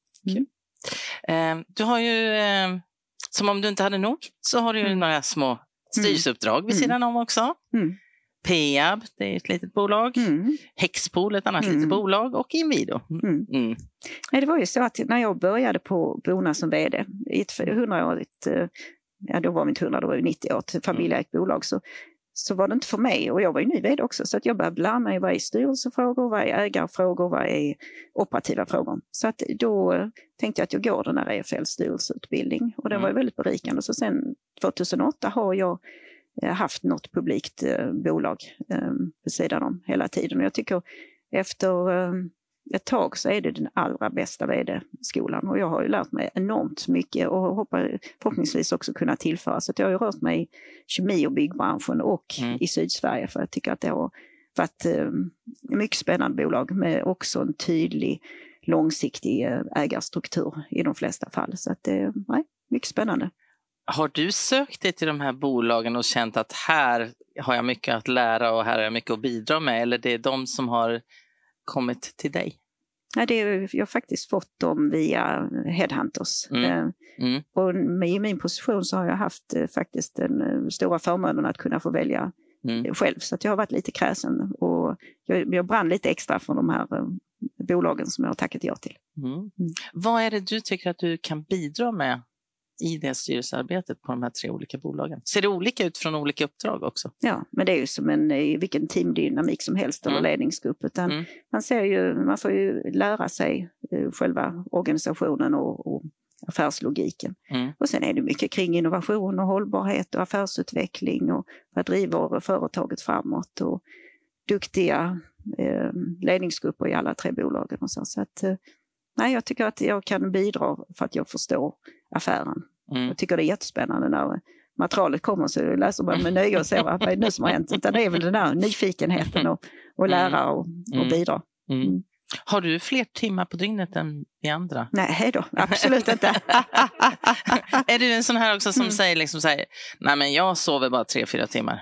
Eh, du har ju, eh, som om du inte hade nog, så har du ju Mm. några små styrelseuppdrag vid Mm. sidan om också. Mm. Peab, det är ett litet bolag. Mm. Hexpool, ett annat Mm. litet bolag. Och Inwido. Mm. Mm. Nej, det var ju så att när jag började på Bona som vd i ett hundraårigt, eh, ja då var mitt hundra, då var det nittio år, ett familjeägt bolag, så, så var det inte för mig och jag var ju ny vd också så att jag började lära mig vad är styrelsefrågor, vad är ägarfrågor, vad är operativa frågor. Så att då eh, tänkte jag att jag går den här E F L styrelseutbildning och den Mm. var ju väldigt berikande. Så sen tjugohundraåtta har jag eh, haft något publikt eh, bolag eh, vid sidan om hela tiden och jag tycker efter eh, ett tag så är det den allra bästa vd-skolan och jag har ju lärt mig enormt mycket och hoppas förhoppningsvis också kunna tillföra. Så att jag har ju rört mig i kemi- och byggbranschen och Mm. i Sydsverige för jag tycker att det har varit eh, mycket spännande bolag med också en tydlig långsiktig eh, ägarstruktur i de flesta fall. Så att det är nej, mycket spännande. Har du sökt dig till de här bolagen och känt att här har jag mycket att lära och här har jag mycket att bidra med? Eller det är de som har kommit till dig? Nej, det är, jag har faktiskt fått dem via Headhunters. Mm. Eh, Mm. Och med, i min position så har jag haft eh, faktiskt den eh, stora förmånen att kunna få välja Mm. eh, själv. Så att jag har varit lite kräsen och jag, jag brann lite extra för de här eh, bolagen som jag har tackat ja till. Mm. Mm. Vad är det du tycker att du kan bidra med i det styrelsearbetet på de här tre olika bolagen? Ser det olika ut från olika uppdrag också? Ja, men det är ju som en, i vilken teamdynamik som helst eller Mm. ledningsgrupp. Utan Mm. man, ser ju, man får ju lära sig eh, själva organisationen och, och affärslogiken. Mm. Och sen är det mycket kring innovation och hållbarhet och affärsutveckling och vad driver företaget framåt och duktiga eh, ledningsgrupper i alla tre bolagen. Och så. Så att, eh, nej, jag tycker att jag kan bidra för att jag förstår affären. Mm. Jag tycker det är jättespännande när materialet kommer så läser man med nöje och ser vad är det nu som har hänt. Utan det är väl den där nyfikenheten och, och lära och, och Mm. bidra. Mm. Mm. Har du fler timmar på dygnet än vi andra? Nej då, absolut inte. Är du en sån här också som Mm. säger liksom så här, nej men jag sover bara tre, fyra timmar? Nej,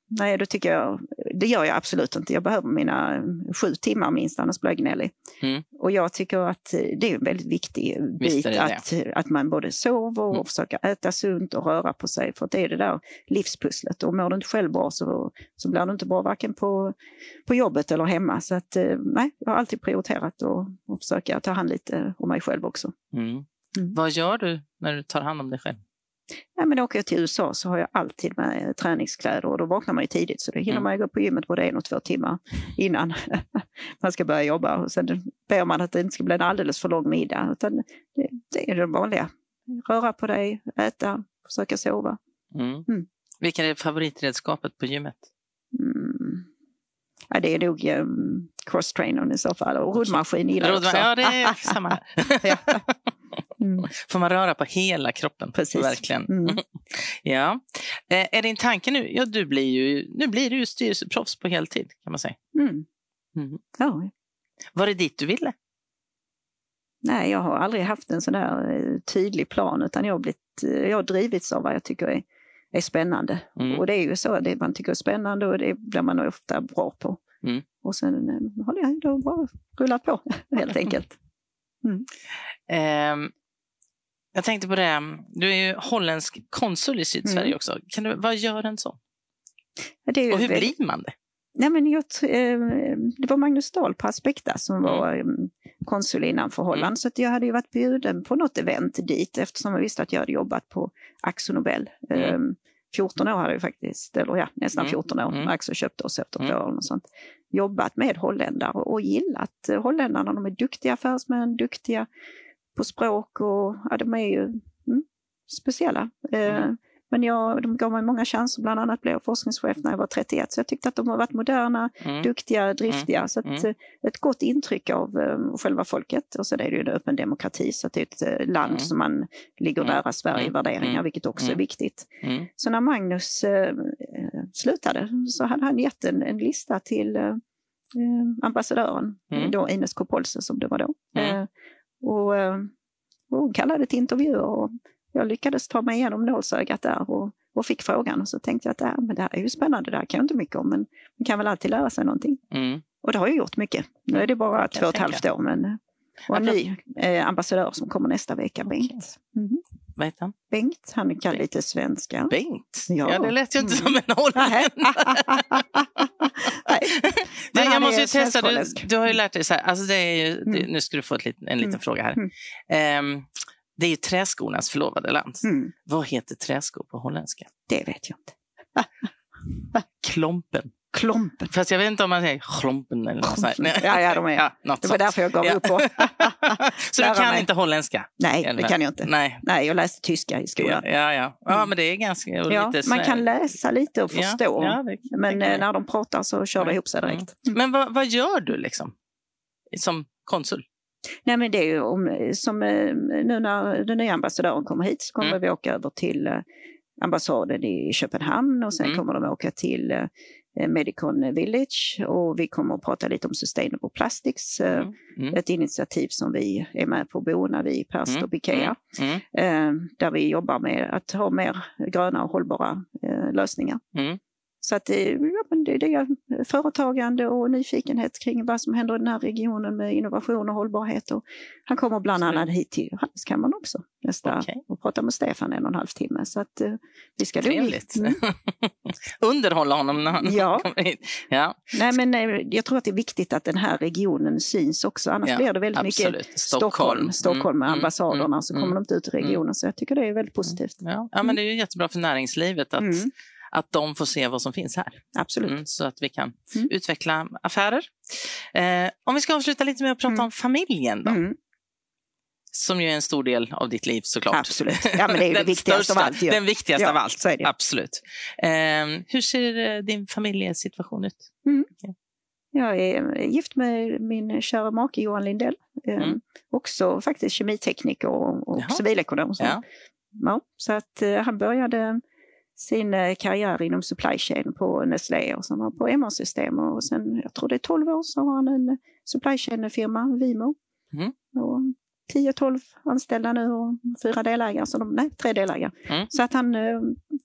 nej, då tycker jag, det gör jag absolut inte. Jag behöver mina sju timmar minst, annars blir jag gnällig. Mm. Och jag tycker att det är en väldigt viktig bit att, att man både sover och mm. försöker äta sunt och röra på sig. För det är det där livspusslet. Och mår du inte själv bra så, så blir du inte bra varken på, på jobbet eller hemma. Så att, nej, jag har alltid prioriterat att, att försöka ta hand lite om mig själv också. Mm. Mm. Vad gör du när du tar hand om dig själv? Ja, men åker jag till U S A så har jag alltid med träningskläder och då vaknar man ju tidigt så då hinner mm. man ju gå på gymmet både en och två timmar innan man ska börja jobba. Och sen ber man att det inte ska bli en alldeles för lång middag utan det, det är det vanliga. Röra på dig, äta, försöka sova. Mm. Mm. Vilka är favoritredskapet på gymmet? Mm. Ja, det är nog um, cross-trainern i så fall och roddmaskin gillar jag också. Ja, det är samma. Ja. Mm. Får man röra på hela kroppen. Precis. Verkligen. Mm. Ja. Eh, är din tanke nu, ja du blir ju, nu blir du ju styrelseproffs på heltid kan man säga. Mm. Mm. Ja. Var det dit du ville? Nej, jag har aldrig haft en sån där tydlig plan utan jag har, blivit, jag har drivits av vad jag tycker är, är spännande. Mm. Och det är ju så, det man tycker är spännande och det blir man ofta bra på. Mm. Och sen håller jag då bara rullat på helt enkelt. Mm. Um, jag tänkte på det, du är ju holländsk konsul i Sydsverige mm. också. Kan du, vad gör en så? Ja, det är ju och hur väl... blir man det? Nej, men jag, eh, det var Magnus Dahl på Aspekta som var eh, konsul innanför Holland mm. så att jag hade ju varit bjuden på något event dit eftersom jag visste att jag hade jobbat på Axo Nobel. Mm. Eh, fjorton år hade jag faktiskt, eller ja, nästan fjorton år. Mm. Axo köpte oss efter två år och sånt. Jobbat med holländare och gillat holländarna. De är duktiga affärsmän, duktiga på språk och ja, de är ju mm, speciella. Mm. Eh, men jag, de gav mig många chanser, bland annat blev jag forskningschef när jag var trettioett. Så jag tyckte att de har varit moderna, mm. duktiga, driftiga. Mm. Så att, mm. ett gott intryck av um, själva folket. Och så är det ju en öppen demokrati, så att det är ett uh, land mm. som man ligger mm. nära Sverige i värderingar, mm. vilket också mm. är viktigt. Mm. Så när Magnus uh, slutade så hade han gett en, en lista till uh, ambassadören, mm. då Ines Kopolse som det var då. Mm. Uh, och, uh, och hon kallade till intervjuer och jag lyckades ta mig igenom nålsögat där och, och fick frågan. Och så tänkte jag att äh, men det här är ju spännande, det här kan jag inte mycket om. Men man kan väl alltid lära sig någonting. Mm. Och det har jag gjort mycket. Nu är det bara jag två och ett halvt år. Men, och en ny eh, ambassadör som kommer nästa vecka, okay. Bengt. Mm. Vad heter han? Bengt, han kan lite svenska. Bengt? Ja, ja det lät ju inte mm. som en holländare. Nej. Du, jag måste ju testa, du, du har ju lärt dig så här. Alltså det är ju, mm. det, nu ska du få ett lit, en liten mm. fråga här. Mm. Um, Det är ju träskornas förlovade land. Mm. Vad heter träskor på holländska? Det vet jag inte. Klompen. Klompen. Fast jag vet inte om man säger klompen eller något sånt. Ja, ja, de är. Ja, det var sånt. Därför jag gav ja. upp på. Så du kan mig. inte holländska? Nej, eller? det kan jag inte. Nej. Nej, jag läste tyska i skolan. Ja, ja, ja. ja men det är ganska ja, lite man kan läsa lite och förstå. Ja, ja, men när de pratar så kör det ihop sig direkt. Mm. Men vad, vad gör du liksom som konsul? Nej, men det är ju om, som nu när den nya ambassadören kommer hit så kommer mm. vi åka över till ambassaden i Köpenhamn och sen mm. kommer de åka till Medicon Village och vi kommer att prata lite om Sustainable Plastics, mm. Mm. ett initiativ som vi är med på Bona, vi Perst och Ikea, mm. Mm. där vi jobbar med att ha mer gröna och hållbara lösningar. Mm. Så att ja, men det, det är företagande och nyfikenhet kring vad som händer i den här regionen med innovation och hållbarhet. Och han kommer bland annat hit till Handelskammaren också nästa okay. och prata med Stefan en och en halv timme. Så att uh, vi ska Trevligt. Mm. Underhålla honom när han ja. kommer hit. Ja. Nej, men nej, jag tror att det är viktigt att den här regionen syns också. Annars ja, blir det väldigt absolut. mycket Stockholm, Stockholm, Stockholm med mm, ambassaderna mm, så kommer mm, de inte ut i regionen. Mm. Så jag tycker det är väldigt positivt. Ja, ja men det är ju jättebra för näringslivet att mm. att de får se vad som finns här. Absolut. Mm, så att vi kan mm. utveckla affärer. Eh, om vi ska avsluta lite med att prata mm. om familjen då. Mm. Som ju är en stor del av ditt liv såklart. Absolut. Ja, men det är ju det viktigaste största, av allt. Ja. Den viktigaste ja, av allt. Så är det. Absolut. Eh, hur ser din familjesituation ut? Mm. Okay. Jag är gift med min kära make Johan Lindell. Eh, mm. Också faktiskt kemitekniker och, och civilekonom. Så, ja. Ja, så att eh, han började sin karriär inom supply chain på Nestlé och sen var på M A-system och sen, jag tror det är tolv år så har han en supply chain-firma, Vimo. Mm. Och tio tolv anställda nu och fyra delägare, så de, nej, tre delägare. Mm. Så att han eh,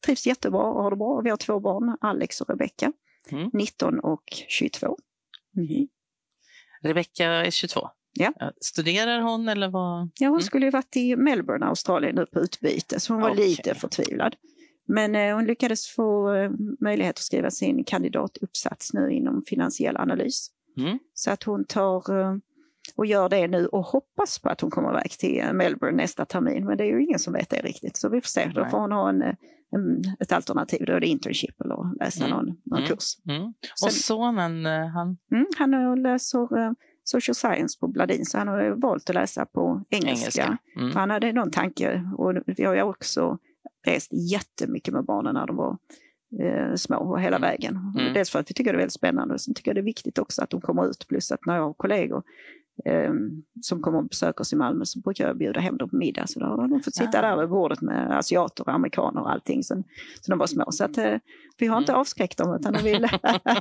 trivs jättebra och har det bra. Vi har två barn, Alex och Rebecca, mm. nitton och tjugotvå. Mm. Rebecca är tjugotvå. Ja. Studerar hon eller vad? Ja, hon mm. skulle ju varit i Melbourne, Australien nu på utbyte, så hon var okay. lite förtvivlad. Men eh, hon lyckades få eh, möjlighet att skriva sin kandidatuppsats nu inom finansiell analys. Mm. Så att hon tar eh, och gör det nu och hoppas på att hon kommer iväg till Melbourne nästa termin. Men det är ju ingen som vet det riktigt, så vi får se. Nej. Då får hon ha en, en, ett alternativ, då är det internship eller läsa mm. någon, någon mm. kurs. Mm. Och Sen, sonen, han? Mm, han läser uh, social science på Bladin, så han har valt att läsa på engelska. engelska. Mm. För han hade någon tanke, och vi har ju också rest jättemycket med barnen när de var eh, små och hela mm. vägen. Mm. Dels för att vi tycker det är väldigt spännande, och sen tycker jag det är viktigt också att de kommer ut, plus att när jag har kollegor eh, som kommer och besöker oss i Malmö, så brukar jag bjuda hem dem på middag, så då har de fått sitta ja. där vid bordet med asiater och amerikaner och allting sen, sen de var små. Så att eh, vi har inte mm. avskräckt dem, utan de vill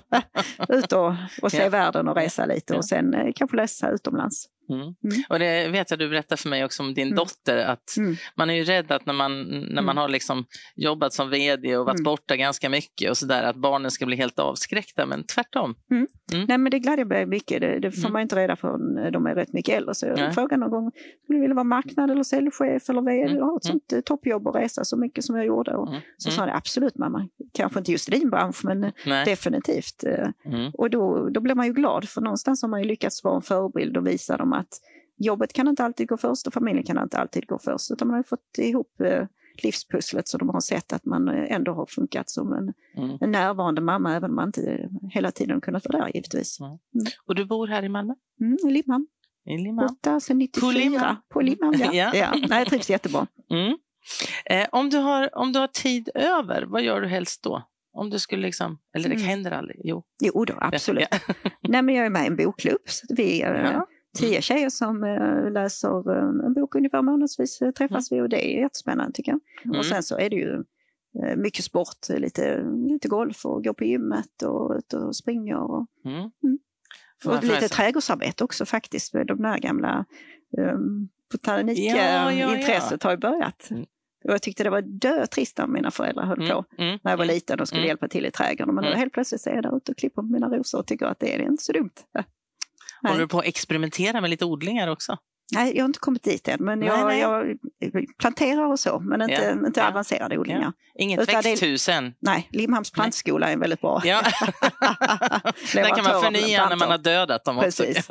ut och, och se ja. världen och resa lite ja. och sen eh, kanske läsa utomlands. Mm. Mm. Och det vet jag, du berättar för mig också om din mm. dotter, att mm. man är ju rädd att när man, när man har liksom jobbat som vd och varit mm. borta ganska mycket och sådär, att barnen ska bli helt avskräckta, men tvärtom. Mm. Mm. Nej, men det glädjer mig mycket, det, det får mm. man inte reda för, de är rätt mycket äldre, så jag Nej. frågar någon gång, skulle du vilja vara marknad eller säljchef eller vd, mm. ha ett sånt mm. toppjobb och resa så mycket som jag gjorde, och mm. så sa det, absolut mamma, kanske inte just i din bransch, men Nej. definitivt. Mm. Och då, då blir man ju glad, för någonstans har man ju lyckats vara en förebild och visa dem att jobbet kan inte alltid gå först och familjen kan inte alltid gå först, utan man har fått ihop eh, livspusslet, så de har sett att man ändå har funkat som en, mm. en närvarande mamma, även om man inte hela tiden kunnat vara där givetvis. Mm. Mm. Och du bor här i Malmö? Mm, i Limhamn. I Limhamn? Borta sedan nittiofyra. På Limhamn? På Limhamn, ja. ja. ja. Nej, jag trivs jättebra. Mm. Eh, om, du har, om du har tid över, vad gör du helst då? Om du skulle liksom, eller det mm. händer aldrig, jo. Jo då, absolut. Ja. Nej, men jag är med i en bokklubb, så vi är ja. tio tjejer som äh, läser äh, en bok ungefär månadsvis, äh, träffas mm. vi, och det är jättespännande tycker jag. Mm. Och sen så är det ju äh, mycket sport, lite, lite golf och gå på gymmet och ut och springa och, mm. Mm. och lite trädgårdsarbete också faktiskt, med de där gamla ähm, botanikintresset ja, ja, ja. har ju börjat. Mm. Och jag tyckte det var dötrist när mina föräldrar höll på mm, mm, när jag var liten och skulle mm. hjälpa till i trädgården. Men mm. helt plötsligt så är jag där ute och klipper mina rosor och tycker att det är inte så dumt. Håller du på att experimentera med lite odlingar också? Nej, jag har inte kommit dit än. Men jag, nej, nej. jag planterar och så. Men inte, ja, inte ja. avancerade odlingar. Ja. Inget Utan växthus än? Nej, Limhamns plantskola är väldigt bra. Ja. Där kan man förnya när man har dödat dem också. Precis.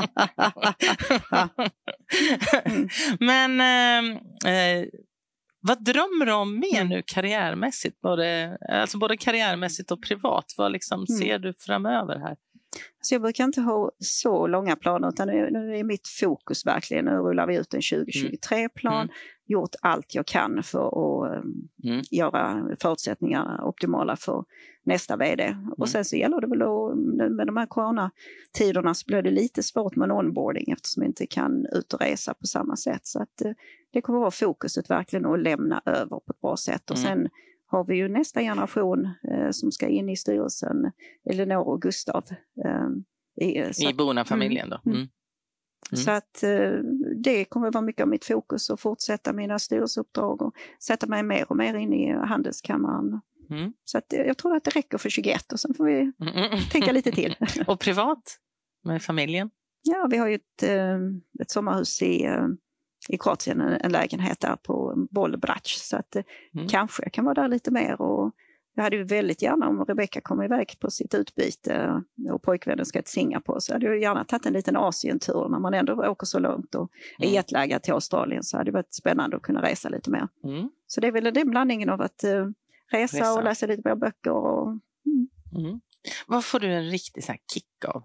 mm. Men eh, vad drömmer du om mer nu karriärmässigt? Både, alltså både karriärmässigt och privat. Vad liksom mm. ser du framöver här? Så jag brukar inte ha så långa planer, utan nu, nu är mitt fokus verkligen, nu rullar vi ut en tjugo tjugotre-plan, mm. gjort allt jag kan för att um, mm. göra förutsättningar optimala för nästa vd. Mm. Och sen så gäller det väl då, med de här coronatiderna så blir det lite svårt med en onboarding, eftersom vi inte kan ut och resa på samma sätt. Så att uh, det kommer vara fokuset verkligen att lämna över på ett bra sätt. Och mm. sen har vi ju nästa generation eh, som ska in i styrelsen, Elinor och Gustav. Eh, i I Bona-familjen då? Mm. Mm. Mm. Så att eh, det kommer att vara mycket av mitt fokus, att fortsätta mina styrelseuppdrag och sätta mig mer och mer in i handelskammaren. Mm. Så att, jag tror att det räcker för tjugoett och sen får vi mm. tänka lite till. Och privat med familjen? Ja, vi har ju ett, eh, ett sommarhus i... Eh, i Kroatien, en, en lägenhet där på Bolbrac, så att mm. kanske jag kan vara där lite mer. Och jag hade ju väldigt gärna, om Rebecca kommer iväg på sitt utbyte och pojkvännen ska till Singapore, så hade jag gärna tagit en liten Asientur när man ändå åker så långt och mm. är jetlaggad till Australien, så hade det varit spännande att kunna resa lite mer. Mm. Så det är väl den blandningen av att uh, resa, resa och läsa lite mer böcker. Och, mm. Mm. Vad får du en riktig så här kick av?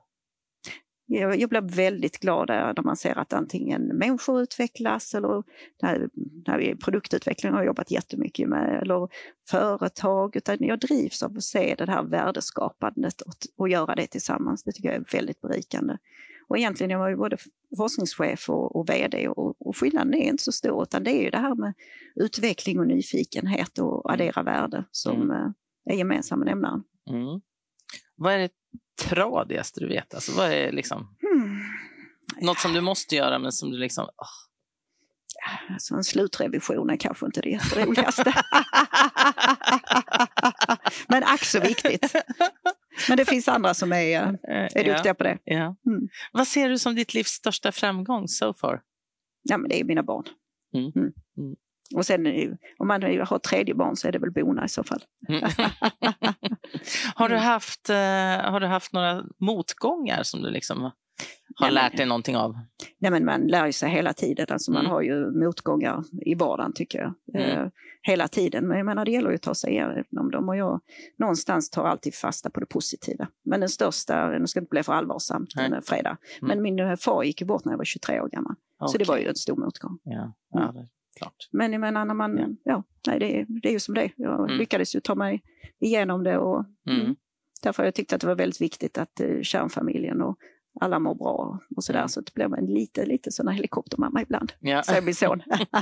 Jag, jag blir väldigt glad när man ser att antingen människor utvecklas, eller när, när vi produktutveckling har jag jobbat jättemycket med, eller företag, utan jag drivs av att se det här värdeskapandet och, och göra det tillsammans. Det tycker jag är väldigt berikande. Och egentligen jag var ju både forskningschef och, och vd, och, och skillnaden är inte så stor, utan det är ju det här med utveckling och nyfikenhet och addera värde som mm. är gemensamma nämnaren. Mm. Vad är det tradigaste du vet? Alltså, vad är liksom hmm. något som du måste göra men som du liksom oh. Alltså en slutrevision är kanske inte det jätteroligaste. så viktigt. Men det finns andra som är, är duktiga ja. på det. Ja. Mm. Vad ser du som ditt livs största framgång so far? Ja, men det är mina barn. Mm. Mm. Mm. Och sen om man har tredje barn så är det väl Bona i så fall. Mm. har, du haft, uh, har du haft några motgångar som du liksom har ja, lärt men, dig någonting av? Nej, men man lär ju sig hela tiden. Alltså man mm. har ju motgångar i vardagen tycker jag. Mm. Uh, hela tiden. Men jag menar det gäller ju att ta sig igenom dem. Och jag någonstans tar alltid fasta på det positiva. Men den största, nu ska det inte bli för allvarsamt, den fredag. Mm. Men min far gick ju bort när jag var tjugotre år gammal. Okay. Så det var ju en stor motgång. Ja, ja det är klart. Men jag menar när man, ja, ja nej, det, är, det är ju som det. Jag mm. lyckades ju ta mig igenom det och mm. Mm, därför har jag tyckt att det var väldigt viktigt att uh, kärnfamiljen och alla mår bra och sådär. Mm. Så det blev en lite, lite sån här helikoptermamma ibland. Ja. Så jag blir son.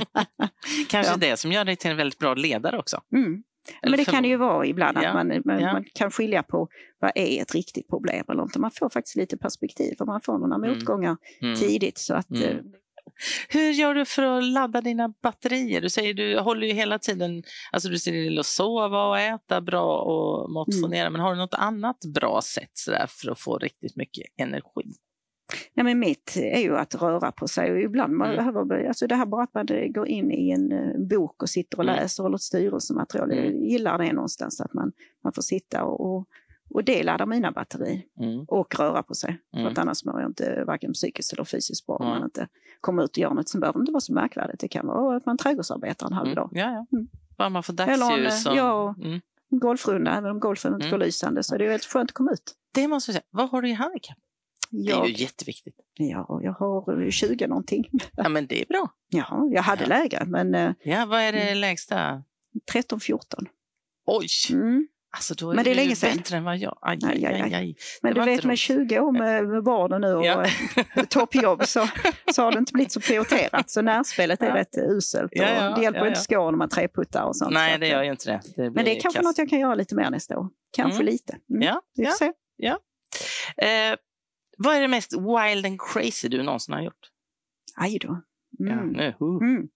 Kanske ja. det som gör dig till en väldigt bra ledare också. Mm. Men det kan det ju vara ibland att ja. man, man, ja. man kan skilja på vad är ett riktigt problem eller inte. Man får faktiskt lite perspektiv och man får några mm. motgångar mm. tidigt. Så att, mm. uh, Hur gör du för att ladda dina batterier? Du säger du håller ju hela tiden, alltså du ser till att sova och äta bra och motionera, mm. men har du något annat bra sätt så där för att få riktigt mycket energi? Nej, men mitt är ju att röra på sig och ibland man mm. behöver, alltså det här bara att man går in i en uh, bok och sitter och mm. läser eller ett styrelsematerial. Mm. Jag gillar det någonstans att man, man får sitta och, och Och det laddar mina batteri mm. och röra på sig. Mm. För att annars mår jag inte varken psykiskt eller fysiskt bra. Om mm. man inte kommer ut och gör något. Sen behöver det inte vara så märkvärdigt. Det kan vara att man trädgårdsarbetar en halv mm. dag. Ja, ja. Mm. Bara man får dagsljus. Eller ja, mm. en golfrunda. Även om golfen inte mm. går lysande. Så det är väldigt skönt att komma ut. Det måste jag säga. Vad har du i handikapp? Jag, det är ju jätteviktigt. Ja, jag har tjugo någonting. Ja, men det är bra. Ja, jag hade ja. lägre. Men, ja, vad är det lägsta? tretton fjorton. Oj! Mm. Alltså då är men det är länge sedan. Bättre än vad jag. Aj, aj, aj, aj, aj. Men du vet med tjugo år med, med barnen nu och ja. toppjobb så, så har det inte blivit så prioriterat. Så närspelet är ja. rätt uselt. Och ja, ja, det hjälper ja, ja. inte skåren när man treputtar och sånt. Nej, så det gör ju inte det. det men det är kanske kass. något jag kan göra lite mer nästa år. Kanske mm. lite. Mm. Ja, Vi får ja. se. Ja. Eh, vad är det mest wild and crazy du någonsin har gjort? Aj då. Mm. Ja, nu. Uh. Mm.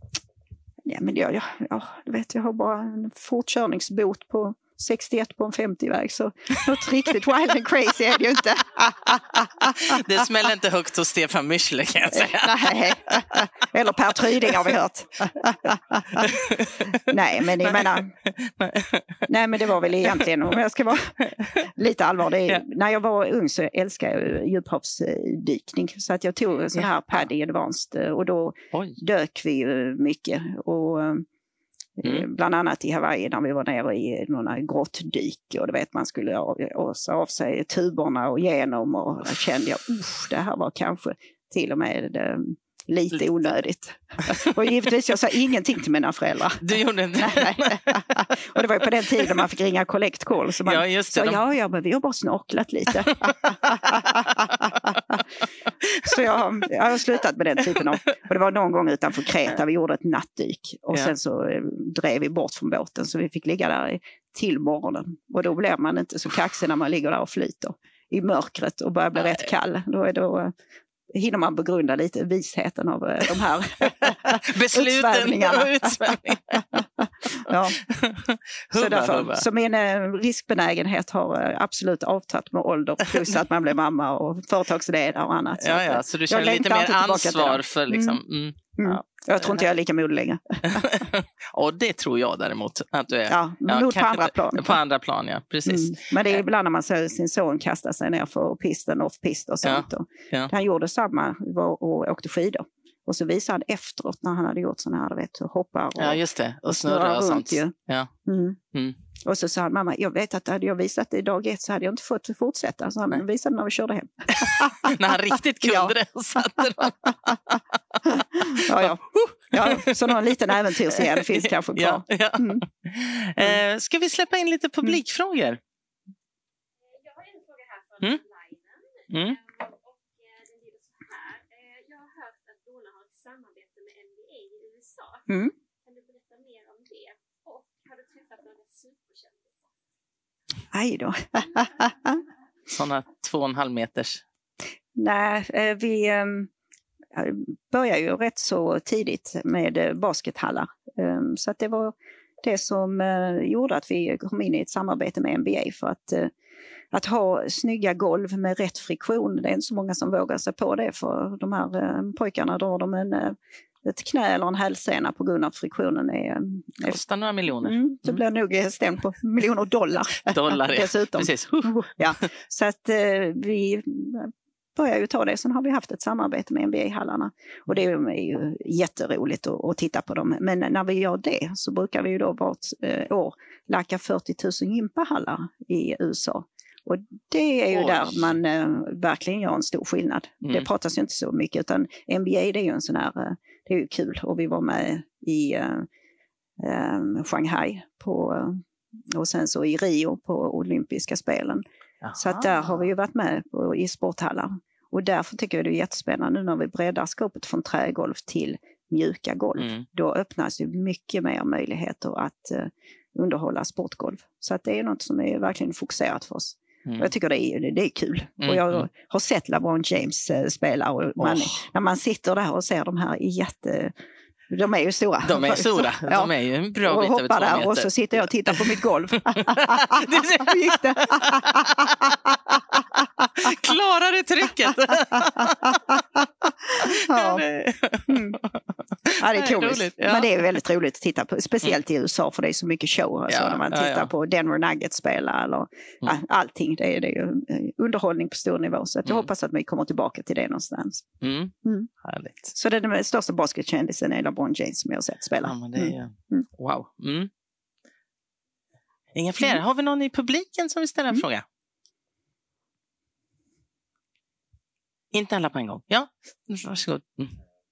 Ja, men jag, jag, ja, du vet, jag har bara en fortkörningsbot på sextioett på en femtio-väg, så något riktigt wild and crazy är det ju inte. Det smäller inte högt hos Stefan Müschler kan jag säga. Nej, eller Per Tryding har vi hört. Nej, men jag menar, nej, men det var väl egentligen, om jag ska vara lite allvarlig, ja. när jag var ung så älskade jag djuphavsdykning, så att jag tog en sån här Paddy Advanced och då Oj. dök vi ju mycket och Mm. bland annat i Hawaii när vi var nere i några grottdyk och du vet man skulle åsa av sig tuberna och genom och då kände jag usch, det här var kanske till och med det, lite, lite onödigt. Och givetvis jag sa ingenting till mina föräldrar. Du gjorde inte nej, nej. Och det var ju på den tiden man fick ringa collect call så man ja, just det, så de... ja, ja, men vi har bara snorklat lite. Så jag, jag har slutat med den typen av, och det var någon gång utanför Kreta vi gjorde ett nattdyk och ja. sen så eh, drev vi bort från båten så vi fick ligga där i, till morgonen och då blev man inte så kaxig när man ligger där och flyter i mörkret och börjar bli Nej. rätt kall. Då är då hinner man begrunda lite visheten av de här utsvävningarna. och utsvävningarna. Ja. Så, hubba, därför, hubba. så min eh, riskbenägenhet har eh, absolut avtagit med ålder plus att man blir mamma och företagsledare och annat. Så, ja, ja, så du känner lite mer ansvar för liksom... Mm. Mm. Mm. Ja. Jag tror inte jag är lika modig längre. Och det tror jag däremot att du är. Ja, ja mod på andra plan. På andra plan, ja, precis. Mm. Men det är ibland när man ser sin son kasta sig ner för pisten, off-pist och sånt. Ja. Ja. Han gjorde samma och åkte skidor. Och så visade han efteråt när han hade gjort sådana här, vet, hoppar och, ja, just det. Och snurrar och sånt. Ju. Ja. Mm. Mm. Och så sa han, mamma, jag vet att hade jag visat det i dag ett så hade jag inte fått fortsätta. Så han Nej. visade när vi körde hem. När han riktigt kunde ja. det och satte dem. ja, ja. ja, så någon liten äventyrsscen finns kanske kvar. Ja, ja. Mm. Eh, ska vi släppa in lite publikfrågor? Jag har en fråga här från mm. liven. Mm. Och den lyder så här. Jag har hört att Bona har ett samarbete med N B A i U S A. Mm. Kan du berätta mer om det? Och har du träffat några superkändisar? Aj då. Sådana två och en halv meters. Nej, vi um, började ju rätt så tidigt med baskethallar. Um, så att det var det som eh, gjorde att vi kom in i ett samarbete med N B A för att eh, Att ha snygga golv med rätt friktion, det är inte så många som vågar sig på det, för de här eh, pojkarna drar de en, eh, ett knä eller en hälsena på grund av friktionen. Är, det kostar några miljoner. Mm, det blir nog stämt på miljoner dollar. Dollar, ja. Dessutom. Precis. Ja, så att eh, vi börjar ju ta det. Sen har vi haft ett samarbete med N B A-hallarna och det är ju jätteroligt att, att titta på dem. Men när vi gör det så brukar vi ju då vart eh, år lacka fyrtio tusen gympahallar i U S A. Och det är ju Oj. där man eh, verkligen gör en stor skillnad. Mm. Det pratas ju inte så mycket, utan N B A det är ju en sån här, eh, det är ju kul. Och vi var med i eh, eh, Shanghai på, och sen så i Rio på olympiska spelen. Aha. Så att där har vi ju varit med på, i sporthallar. Och därför tycker jag det är jättespännande nu när vi breddar skåpet från trägolv till mjuka golv. Mm. Då öppnas ju mycket mer möjligheter att eh, underhålla sportgolv. Så att det är något som är verkligen fokuserat för oss. Mm. Jag tycker det är, det är kul. Mm. Och jag har sett LeBron James uh, spela och man, oh. när man sitter där och ser de här jätte... De är ju stora. De är stora. Ja. De är ju en bra bit över två där, meter. Och så sitter jag och tittar på mitt golv. Hur gick det? Klarade trycket. Ja. Mm. Ja, det är komiskt. Ja. Men det är väldigt roligt att titta på. Speciellt i U S A, för det är så mycket show. Alltså, ja, när man tittar ja, ja. på Denver Nuggets spela eller mm. ja, allting. Det är, det är ju underhållning på stor nivå. Så att jag mm. hoppas att vi kommer tillbaka till det någonstans. Mm. Mm. Härligt. Så det är den största basketkändisen är LeBron James som jag har sett spela. Ja, men det är, mm. Mm. Wow. Mm. Inga fler. Mm. Har vi någon i publiken som vill ställa en mm. fråga? Inte alla på en gång. Ja, varsågod. Mm.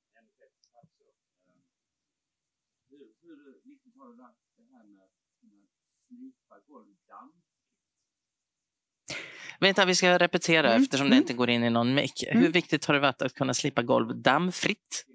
Vet att vi ska repetera mm. eftersom det inte går in i någon mick. Mm. Hur viktigt har det varit att kunna slipa golv dammfritt?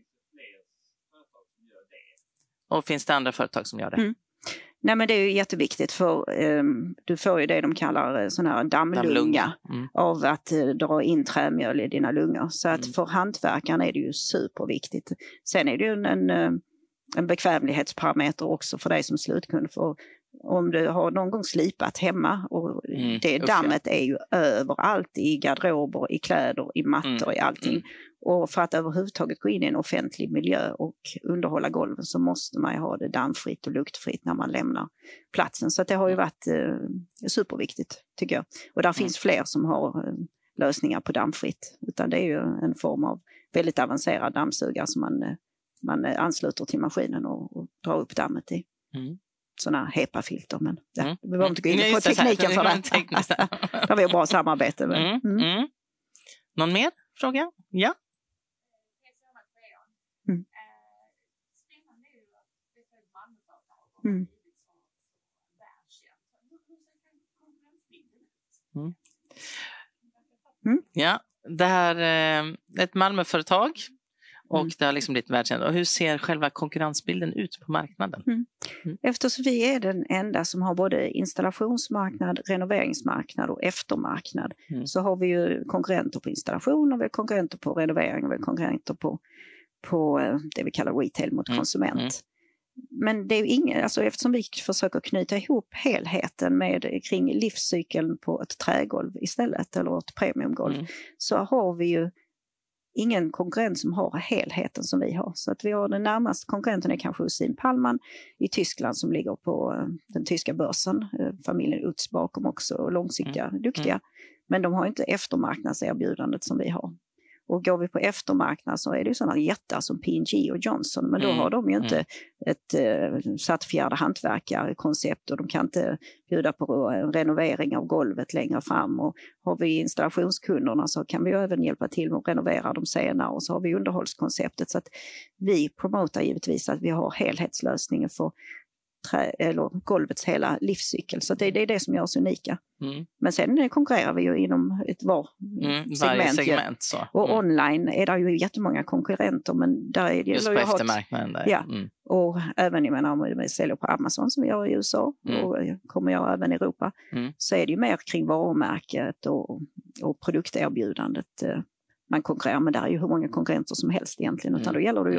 Och finns det andra företag som gör det? Mm. Nej, men det är ju jätteviktigt, för um, du får ju det de kallar sån här dammlunga mm. av att uh, dra in trämjöl i dina lungor. Så att mm. för hantverkaren är det ju superviktigt. Sen är det ju en, en, en bekvämlighetsparameter också för dig som slutkund. För om du har någon gång slipat hemma och mm. det dammet är ju överallt, i garderober, i kläder, i mattor, mm. i allting. Mm. Och för att överhuvudtaget gå in i en offentlig miljö och underhålla golven så måste man ju ha det dammfritt och luktfritt när man lämnar platsen. Så att det har ju varit eh, superviktigt, tycker jag. Och där mm. finns fler som har eh, lösningar på dammfritt. Utan det är ju en form av väldigt avancerad dammsugare som man, eh, man ansluter till maskinen och, och drar upp dammet i. Mm. Sådana HEPA-filter, men ja, mm. vi behöver inte gå in mm. på tekniken för det. Det har vi ett bra samarbete med. Mm. Mm. Mm. Någon mer fråga? Ja. Mm. Mm. Mm. Mm. Ja, det här är ett Malmöföretag och mm. det har liksom blivit världskänt. Och hur ser själva konkurrensbilden ut på marknaden? Mm. Mm. Eftersom vi är den enda som har både installationsmarknad, renoveringsmarknad och eftermarknad mm. så har vi ju konkurrenter på installation och vi har konkurrenter på renovering och vi har konkurrenter på, på det vi kallar retail mot mm. konsument. Mm. Men det är ju ingen, alltså eftersom vi försöker knyta ihop helheten med kring livscykeln på ett trägolv istället eller ett premiumgolv mm. så har vi ju ingen konkurrent som har helheten som vi har. Så att vi har den närmaste konkurrenten är kanske Usin Pallman i Tyskland som ligger på den tyska börsen. Familjen Utz bakom också, långsiktiga, mm. duktiga. Mm. Men de har inte eftermarknadserbjudandet som vi har. Och går vi på eftermarknad så är det ju sådana jättar som P and G och Johnson. Men då har de ju inte mm. ett eh, sattfjärde hantverkarkoncept och de kan inte bjuda på en renovering av golvet längre fram. Och har vi installationskunderna så kan vi ju även hjälpa till med att renovera dem senare. Och så har vi underhållskonceptet. Så att vi promotar givetvis att vi har helhetslösningen för trä, eller golvets hela livscykel. Så det, det är det som gör oss unika. Mm. Men sen konkurrerar vi ju inom ett var mm, segment. segment så. Och mm. online är det ju jättemånga konkurrenter. Men där är det just på eftermarknaden. Där. Ja, mm. och även jag menar, om vi säljer på Amazon som vi gör i U S A mm. och kommer jag även i Europa mm. så är det ju mer kring varumärket och, och produkterbjudandet man konkurrerar med. Där är ju hur många konkurrenter som helst egentligen. Utan då gäller det ju mm.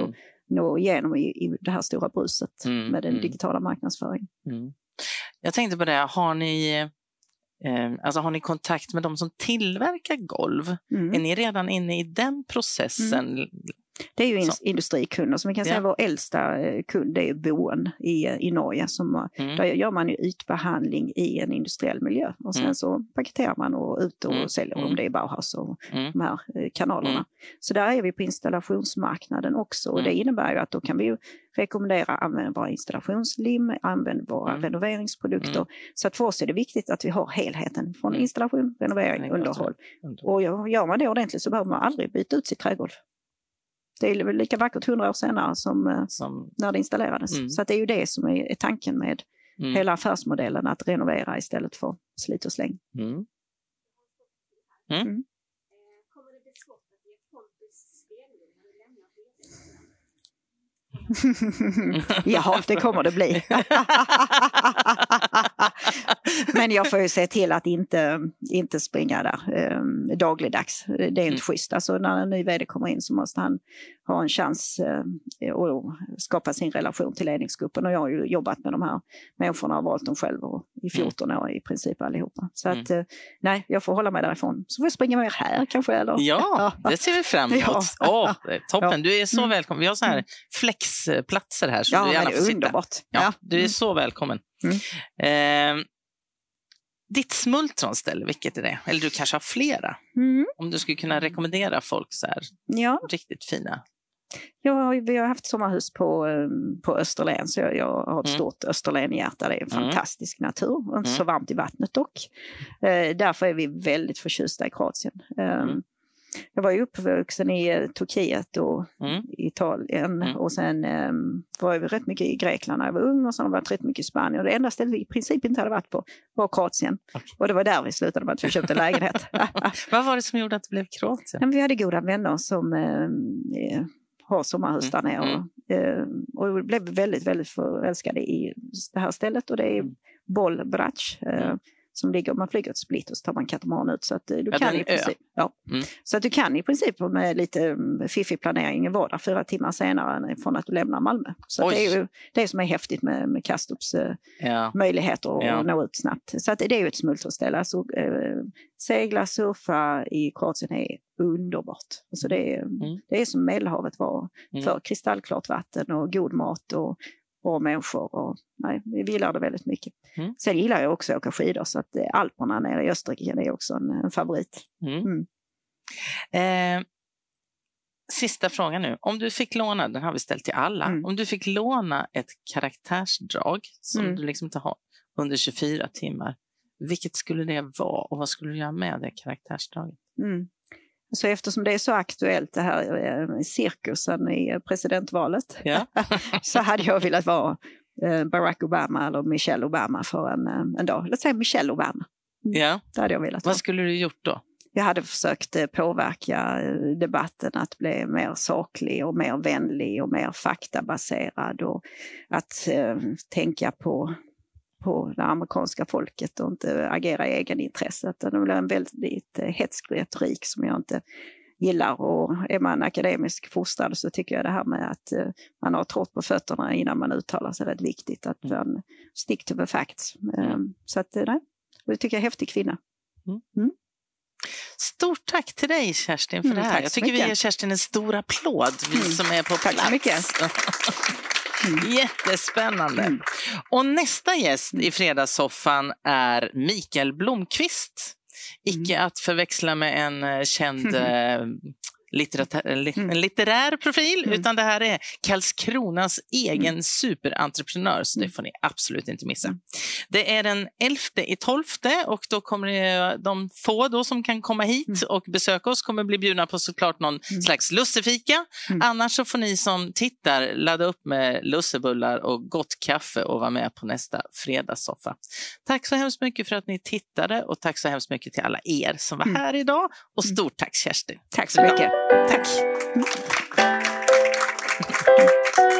nå igenom i, i det här stora bruset mm, med den mm. digitala marknadsföringen. Mm. Jag tänkte på det, har ni, eh, alltså har ni kontakt med de som tillverkar golv? Mm. Är ni redan inne i den processen? Mm. Det är ju in- industrikunder, som vi kan säga ja. Vår äldsta kund är ju Boen i, i Norge. Som, mm. Där gör man ju ytbehandling i en industriell miljö och sen mm. så paketerar man och ut och mm. säljer mm. om det är Bauhaus och mm. de här kanalerna. Mm. Så där är vi på installationsmarknaden också och mm. det innebär ju att då kan vi ju rekommendera att använda våra installationslim, använda våra mm. renoveringsprodukter. Mm. Så att för oss är det viktigt att vi har helheten från mm. installation, renovering, mm. underhåll. Och gör man det ordentligt så behöver man aldrig byta ut sitt trädgolv. Det är väl lika vackert hundra år senare som, som när det installerades. Mm. Så att det är ju det som är, är tanken med mm. hela affärsmodellen, att renovera istället för slit och släng. Mm. Mm. Mm. Kommer det bli svårt att ge kompis spelning när du lämnar det? Ja, det kommer det bli. Men jag får ju se till att inte, inte springa där eh, dagligdags. Det är inte mm. schysst. Alltså när en ny vd kommer in så måste han ha en chans eh, att skapa sin relation till ledningsgruppen. Och jag har ju jobbat med de här människorna och valt dem själv och i fjorton år i princip allihopa. Så att mm. eh, nej, jag får hålla mig därifrån. Så får jag springa mer här kanske. Eller? Ja, det ser vi fram emot. Ja. Oh, toppen, ja. Du är så mm. välkommen. Vi har så här flexplatser här. Så ja, du gärna men det är underbart. Ja, ja. Du är mm. så välkommen. Mm. Eh, ditt smultronställe, vilket är det? Eller du kanske har flera. Mm. Om du skulle kunna rekommendera folk så här ja. Riktigt fina. Ja, vi har haft sommarhus på, på Österlen, så jag, jag har ett mm. stort Österlen-hjärta. Det är en mm. fantastisk natur, och inte mm. så varmt i vattnet dock. Eh, därför är vi väldigt förtjusta i Kroatien. Eh, mm. Jag var ju uppvuxen i Turkiet och mm. Italien mm. och sen eh, var jag rätt mycket i Grekland när jag var ung och sen har jag varit rätt mycket i Spanien. Och det enda stället vi i princip inte hade varit på var Kroatien. Okay. Och det var där vi slutade med att vi köpte en lägenhet. Vad var det som gjorde att det blev Kroatien? Men vi hade goda vänner som eh, har sommarhus där nere. Mm. Eh, och vi blev väldigt, väldigt förälskade i det här stället. Och det är mm. Bol Brač. Eh, mm. som ligger, man flyger ett Split och så tar man katamaran ut, så att du ja, kan i princip ja. Mm. Så att du kan i princip med lite fiffig planering vara där fyra timmar senare från att du lämnar Malmö. Så det är ju det som är häftigt med, med Kastrups ja. möjligheter att ja. nå ut snabbt. Så att det är ju ett smultronställe. Alltså, eh, segla, surfa i Kroatien är underbart. Alltså det, är, mm. det är som Medelhavet var mm. för kristallklart vatten och god mat och bra människor. Och, nej, vi gillar det väldigt mycket. Mm. Sen gillar jag också att åka skidor, så att Alperna nere i Österrike är också en, en favorit. Mm. Mm. Eh, sista frågan nu. Om du fick låna, den har vi ställt till alla. Mm. Om du fick låna ett karaktärsdrag som mm. du liksom inte har under tjugofyra timmar, vilket skulle det vara och vad skulle du göra med det karaktärsdraget? Mm. Så eftersom det är så aktuellt det här cirkusen i presidentvalet ja. så hade jag velat vara Barack Obama eller Michelle Obama för en, en dag. Låt säga Michelle Obama. Ja. Det hade jag velat vara. Vad skulle du gjort då? Jag hade försökt påverka debatten att bli mer saklig och mer vänlig och mer faktabaserad och att eh, tänka på på det amerikanska folket och inte agera i egenintresset. Det är en väldigt hätsk retorik som jag inte gillar, och är man akademisk fostrad så tycker jag det här med att man har trått på fötterna innan man uttalar sig är rätt viktigt, att man stick to the facts. Mm. Så att nej, det tycker jag är häftig kvinna. Mm. Stort tack till dig, Kerstin, för mm, det här. Jag tycker mycket. Vi ger Kerstin en stor applåd, vi mm. som är på plats. Tack så mycket. Mm. Jättespännande. Mm. Och nästa gäst i Fredagssoffan är Mikael Blomqvist. Mm. Icke att förväxla med en känd mm. litterär, en litterär profil, mm. utan det här är Karlskronas egen mm. superentreprenör, så det får ni absolut inte missa. Mm. Det är den elfte i tolfte och då kommer det, de få då som kan komma hit mm. och besöka oss kommer bli bjudna på såklart någon mm. slags lussefika. Mm. Annars så får ni som tittar ladda upp med lussebullar och gott kaffe och vara med på nästa fredagssoffa. Tack så hemskt mycket för att ni tittade, och tack så hemskt mycket till alla er som var här mm. idag, och stort tack Kerstin. Tack så mycket. Tack.